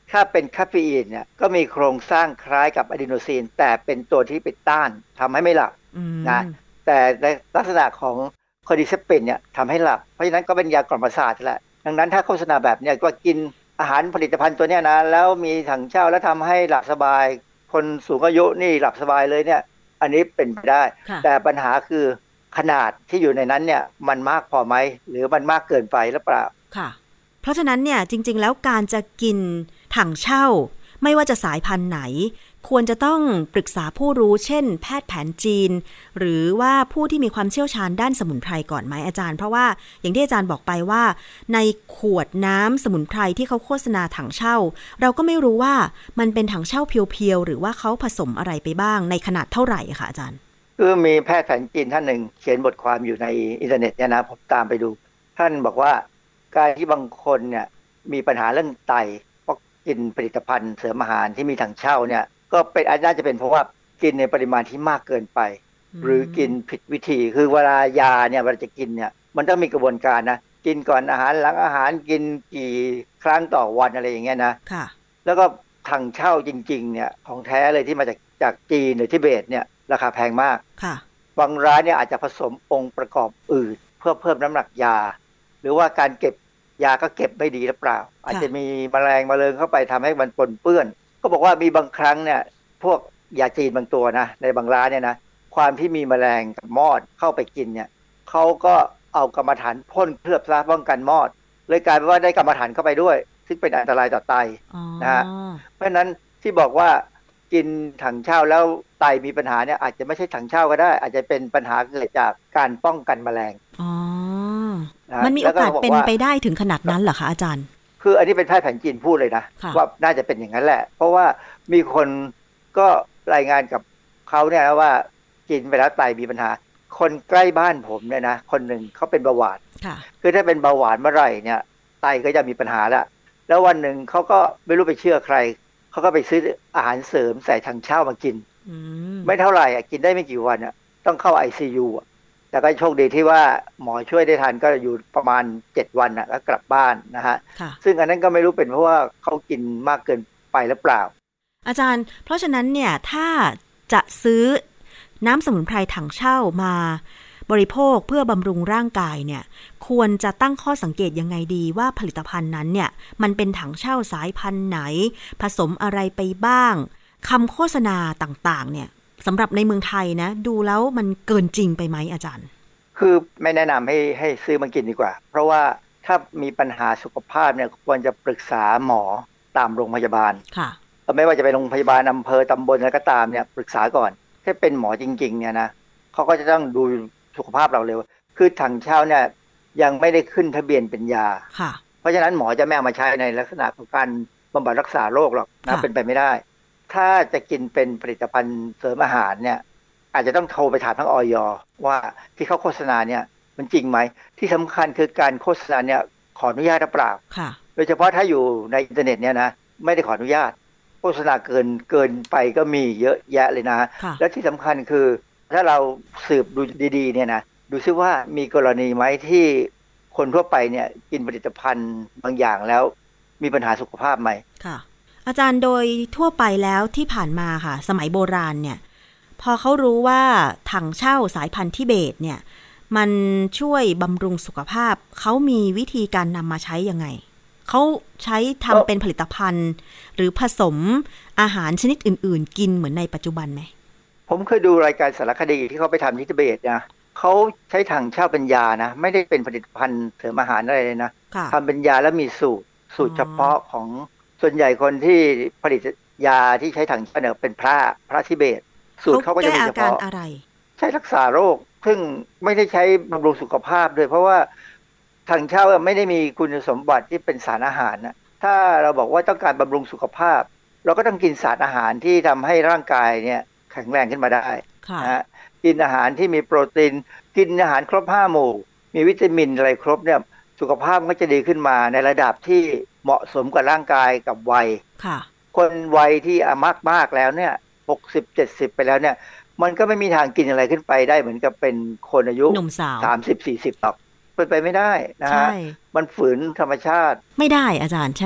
S8: ถ้าเป็นคาเฟอีนเนี่ยก็มีโครงสร้างคล้ายกับอะดีโนซีนแต่เป็นตัวที่ไปต้านทำให้ไม่หลับนะแต่ในลักษณะของคอร์ดิเซปปินเนี่ยทำให้หลับเพราะฉะนั้นก็เป็นยากล่อมประสาทแหละดังนั้นถ้าโฆษณาแบบเนี้ยก็กินอาหารผลิตภัณฑ์ตัวเนี้ยนะแล้วมีถังเช่าแล้วทำให้หลับสบายคนสูงอายุนี่หลับสบายเลยเนี่ยอันนี้เป็นไปได้แต่ปัญหาคือขนาดที่อยู่ในนั้นเนี่ยมันมากพอไหมหรือมันมากเกินไปหรือเปล่า
S2: ค่ะเพราะฉะนั้นเนี่ยจริงๆแล้วการจะกินถังเช่าไม่ว่าจะสายพันธุ์ไหนควรจะต้องปรึกษาผู้รู้เช่นแพทย์แผนจีนหรือว่าผู้ที่มีความเชี่ยวชาญด้านสมุนไพรก่อนไหมอาจารย์เพราะว่าอย่างที่อาจารย์บอกไปว่าในขวดน้ำสมุนไพรที่เขาโฆษณาถังเช่าเราก็ไม่รู้ว่ามันเป็นถังเช่าเพียวๆหรือว่าเขาผสมอะไรไปบ้างในขนาดเท่าไหร่คะอาจารย์
S8: คือมีแพทย์แผนจีนท่านหนึ่งเขียนบทความอยู่ในอินเทอร์เน็ตเนี่ยนะผมตามไปดูท่านบอกว่าการที่บางคนเนี่ยมีปัญหาเรื่องไตเพราะกินผลิตภัณฑ์เสริมอาหารที่มีถังเช่าเนี่ยก็เป็นอาจน่าจะเป็นเพราะว่ากินในปริมาณที่มากเกินไปหรือกินผิดวิธีคือเวลายาเนี่ยเวลาจะกินเนี่ยมันต้องมีกระบวนการนะกินก่อนอาหารหลังอาหารกินกี่ครั้งต่อวันอะไรอย่างเงี้ยนะค่ะแล้วก็ถังเช่าจริงๆเนี่ยของแท้เลยที่มาจากจากจีนหรือทิเบตเนี่ยราคาแพงมากค่ะบางร้านเนี่ยอาจจะผสมองค์ประกอบอื่นเพื่อเพิ่มน้ำหนักยาหรือว่าการเก็บยาก็เก็บไม่ดีหรือเปล่าอาจจะมีแมลงมาเริงเข้าไปทำให้มันปนเปื้อนก็บอกว่ามีบางครั้งเนี่ยพวกยาจีนบางตัวนะในบางร้านเนี่ยนะความที่มีแมลงกับมอดเข้าไปกินเนี่ยเขาก็เอากรรมฐานพ่นเคลือบซะป้องกันมอดเลยกลายเป็นว่าได้กรรมฐานเข้าไปด้วยซึ่งเป็นอันตรายต่อไตนะฮะเพราะฉะนั้นที่บอกว่ากินถังเช่าแล้วไตมีปัญหาเนี่ยอาจจะไม่ใช่ถังเช่าก็ได้อาจจะเป็นปัญหาเกิดจากการป้องกันแมลงอ๋อ
S2: มันมีโอกาสเป็นไปได้ถึงขนาดนั้นเหรอคะอาจารย์
S8: คืออันนี้เป็นแพทย์แผนจีนพูดเลยนะว่าน่าจะเป็นอย่างนั้นแหละเพราะว่ามีคนก็รายงานกับเขาเนี่ยนะว่ากินไปแล้วไตมีปัญหาคนใกล้บ้านผมเนี่ยนะคนหนึ่งเขาเป็นเบาหวานคือถ้าเป็นเบาหวานเมื่อไหร่เนี่ยไตก็จะมีปัญหาแล้วแล้ววันหนึ่งเขาก็ไม่รู้ไปเชื่อใครเขาก็ไปซื้ออาหารเสริมใส่ถังเช่ามากินไม่เท่าไหร่อ่ะกินได้ไม่กี่วันอ่ะต้องเข้า ไอ ซี ยู อ่ะแต่ก็โชคดีที่ว่าหมอช่วยได้ทันก็อยู่ประมาณเจ็ดวันน่ะแล้วกลับบ้านนะฮะซึ่งอันนั้นก็ไม่รู้เป็นเพราะว่าเขากินมากเกินไปหรือเปล่า
S2: อาจารย์เพราะฉะนั้นเนี่ยถ้าจะซื้อน้ำสมุนไพรถังเช่ามาบริโภคเพื่อบำรุงร่างกายเนี่ยควรจะตั้งข้อสังเกตยังไงดีว่าผลิตภัณฑ์นั้นเนี่ยมันเป็นถังเช่าสายพันธุ์ไหนผสมอะไรไปบ้างคำโฆษณาต่างๆเนี่ยสำหรับในเมืองไทยนะดูแล้วมันเกินจริงไปไหมอาจารย์
S8: คือไม่แนะนำให้ให้ซื้อมากินดีกว่าเพราะว่าถ้ามีปัญหาสุขภาพเนี่ยควรจะปรึกษาหมอตามโรงพยาบาลค่ะไม่ว่าจะเป็นโรงพยาบาลอำเภอตำบลอะไรก็ตามเนี่ยปรึกษาก่อนถ้าเป็นหมอจริงๆเนี่ยนะเขาก็จะต้องดูสุขภาพเราเลยคือถังเช่าเนี่ยยังไม่ได้ขึ้นทะเบียนเป็นยาค่ะเพราะฉะนั้นหมอจะไม่เอามาใช้ในลักษณะของการบำบัดรักษาโรคหรอกนะเป็นไปไม่ได้ถ้าจะกินเป็นผลิตภัณฑ์เสริมอาหารเนี่ยอาจจะต้องโทรไปถามทั้งอย.ว่าที่เขาโฆษณาเนี่ยมันจริงไหมที่สำคัญคือการโฆษณาเนี่ยขออนุญาตหรือเปล่าค่ะโดยเฉพาะถ้าอยู่ในอินเทอร์เน็ตเนี่ยนะไม่ได้ขออนุญาตโฆษณาเกินเกินไปก็มีเยอะแยะเลยนะและที่สำคัญคือถ้าเราสืบดูดีๆเนี่ยนะดูซิว่ามีกรณีไหมที่คนทั่วไปเนี่ยกินผลิตภัณฑ์บางอย่างแล้วมีปัญหาสุขภาพไหม
S2: ค่ะอาจารย์โดยทั่วไปแล้วที่ผ่านมาค่ะสมัยโบราณเนี่ยพอเขารู้ว่าถังเช่าสายพันธุ์ทิเบตเนี่ยมันช่วยบำรุงสุขภาพเขามีวิธีการนำมาใช้ยังไงเขาใช้ทำเป็นผลิตภัณฑ์หรือผสมอาหารชนิดอื่นๆกินเหมือนในปัจจุบันไหม
S8: ผมเคยดูรายการสารคดีที่เขาไปทำที่ทิเบตนะเขาใช้ถังเช่าเป็นยานะไม่ได้เป็นผลิตภัณฑ์เสริมอาหารอะไรเลยนะทำเป็นยาแล้วมีสูตรสูตรเฉพาะของส่วนใหญ่คนที่ผลิตยาที่ใช้ถังเช่าเนี่ยเป็นพระพระทิเบตสูตรเขาก็จะมีเฉพาะใช้รักษาโรคซึ่งไม่ได้ใช้บำรุงสุขภาพด้วยเพราะว่าถังเช่าไม่ได้มีคุณสมบัติที่เป็นสารอาหารนะถ้าเราบอกว่าต้องการบำรุงสุขภาพเราก็ต้องกินสารอาหารที่ทำให้ร่างกายเนี่ยแข็งแรงขึ้นมาได้นะฮะกินอาหารที่มีโปรตีนกินอาหารครบห้าหมู่มีวิตามินอะไรครบเนี่ยสุขภาพก็จะดีขึ้นมาในระดับที่เหมาะสมกับร่างกายกับวัยคนวัยที่อายุมากแล้วเนี่ยหกสิบ เจ็ดสิบไปแล้วเนี่ยมันก็ไม่มีทางกินอะไรขึ้นไปได้เหมือนกับเป็นคนอายุสามสิบ สี่สิบหรอกเป็นไปไม่ได้นะฮะมันฝืนธรรมชาติ
S2: ไม่ได้อาจารย์ใช่ไหม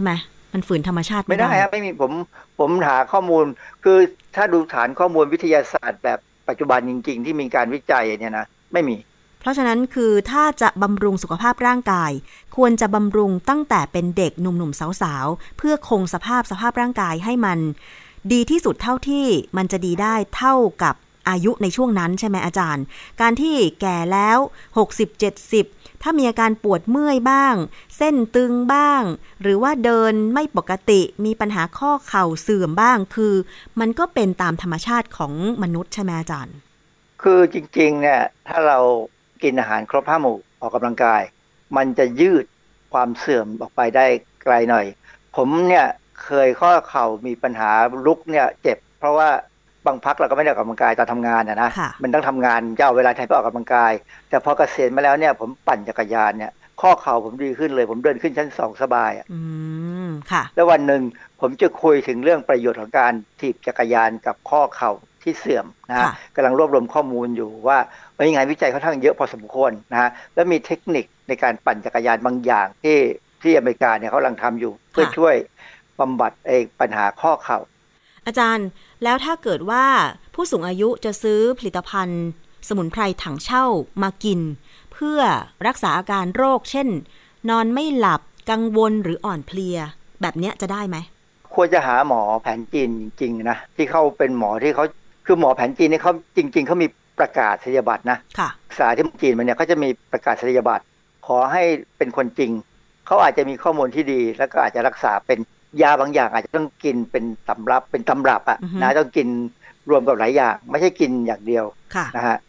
S2: มันฝืนธรรมชาติ
S8: ไม่ได้ครับไม่มีผมผมหาข้อมูลคือถ้าดูฐานข้อมูลวิทยาศาสตร์แบบปัจจุบันจริงๆที่มีการวิจัยเนี่ยนะไม่มี
S2: เพราะฉะนั้นคือถ้าจะบำรุงสุขภาพร่างกายควรจะบำรุงตั้งแต่เป็นเด็กหนุ่มๆสาวๆเพื่อคงสภาพสภาพร่างกายให้มันดีที่สุดเท่าที่มันจะดีได้เท่ากับอายุในช่วงนั้นใช่ไหมอาจารย์การที่แก่แล้วหกสิบ เจ็ดสิบถ้ามีอาการปวดเมื่อยบ้างเส้นตึงบ้างหรือว่าเดินไม่ปกติมีปัญหาข้อเข่าเสื่อมบ้างคือมันก็เป็นตามธรรมชาติของมนุษย์ใช่ไหมอาจารย์
S8: คือจริงๆเนี่ยถ้าเรากินอาหารครบห้าหมู่ออกกำลังกายมันจะยืดความเสื่อมออกไปได้ไกลหน่อยผมเนี่ยเคยข้อเข่ามีปัญหาลุกเนี่ยเจ็บเพราะว่าบางพักเราก็ไม่ได้ออกกำลังกายตอนทำงานนะนะมันต้องทำงานจะเอาเวลาไหนไปออกกำลังกายแต่พอเกษียณมาแล้วเนี่ยผมปั่นจักรยานเนี่ยข้อเข่าผมดีขึ้นเลยผมเดินขึ้นชั้นสองสบายอ่ะ
S2: อืมค่ะ
S8: แล้ววันหนึ่งผมจะคุยถึงเรื่องประโยชน์ของการถีบจักรยานกับข้อเข่าที่เสื่อมนะฮะกำลังรวบรวมข้อมูลอยู่ว่ามีงานวิจัยค่อนข้างเยอะพอสมควรนะฮะแล้วมีเทคนิคในการปั่นจักรยานบางอย่างที่ที่อเมริกาเนี่ยเขากำลังทำอยู่เพื่อช่วยบำบัดเองปัญหาข้อเข่า
S2: อาจารย์แล้วถ้าเกิดว่าผู้สูงอายุจะซื้อผลิตภัณฑ์สมุนไพรถังเช่ามากินเพื่อรักษาอาการโรคเช่นนอนไม่หลับกังวลหรืออ่อนเพลียแบบเนี้ยจะได้ไหม
S8: ควรจะหาหมอแผนจีนจริงๆนะที่เขาเป็นหมอที่เขาคือหมอแผนจีนนี่เขาจริงๆเขามีประกาศนียบัตรนะ
S2: ค่ะ
S8: ภาษาที่จีนมันเนี่ยเขาจะมีประกาศนียบัตรขอให้เป็นคนจริงเขาอาจจะมีข้อมูลที่ดีแล้วก็อาจจะรักษาเป็นยาบางอย่างอาจจะต้องกินเป็นตำรับเป็นตำรับอ่ะ uh-huh. นะต้องกินรวมกับหลายอย่างไม่ใช่กินอย่างเดียวนะฮะ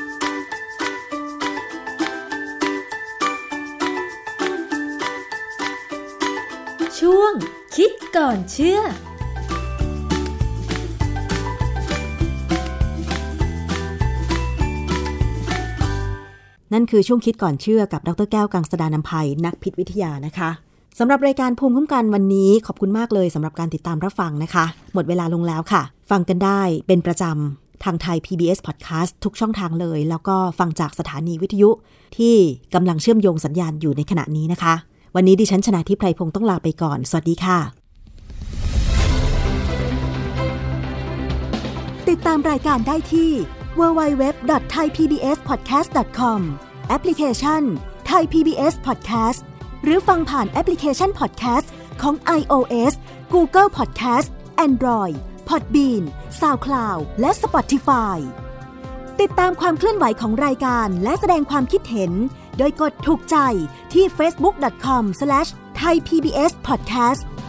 S1: ช่วงคิดก่อนเชื่อ
S2: นั่นคือช่วงคิดก่อนเชื่อกับดร.แก้วกังสดาลอำไพนักพิษวิทยานะคะสำหรับรายการภูมิคุ้มกันวันนี้ขอบคุณมากเลยสำหรับการติดตามรับฟังนะคะหมดเวลาลงแล้วค่ะฟังกันได้เป็นประจำทางไทย พี บี เอส Podcast ทุกช่องทางเลยแล้วก็ฟังจากสถานีวิทยุที่กำลังเชื่อมโยงสัญญาณอยู่ในขณะนี้นะคะวันนี้ดิฉันชนาธิปไพพงศ์ต้องลาไปก่อนสวัสดีค่ะ
S9: ติดตามรายการได้ที่ ดับเบิลยู ดับเบิลยู ดับเบิลยู ดอท ไทย พี บี เอส พอดแคสต์ ดอท คอม แอปพลิเคชัน Thai พี บี เอส Podcast หรือฟังผ่านแอปพลิเคชัน Podcast ของ iOS Google Podcast Android Podbean SoundCloud และ Spotify ติดตามความเคลื่อนไหวของรายการและแสดงความคิดเห็นโดยกดถูกใจที่ เฟซบุ๊ก ดอท คอม สแลช ไทย พี บี เอส พอดแคสต์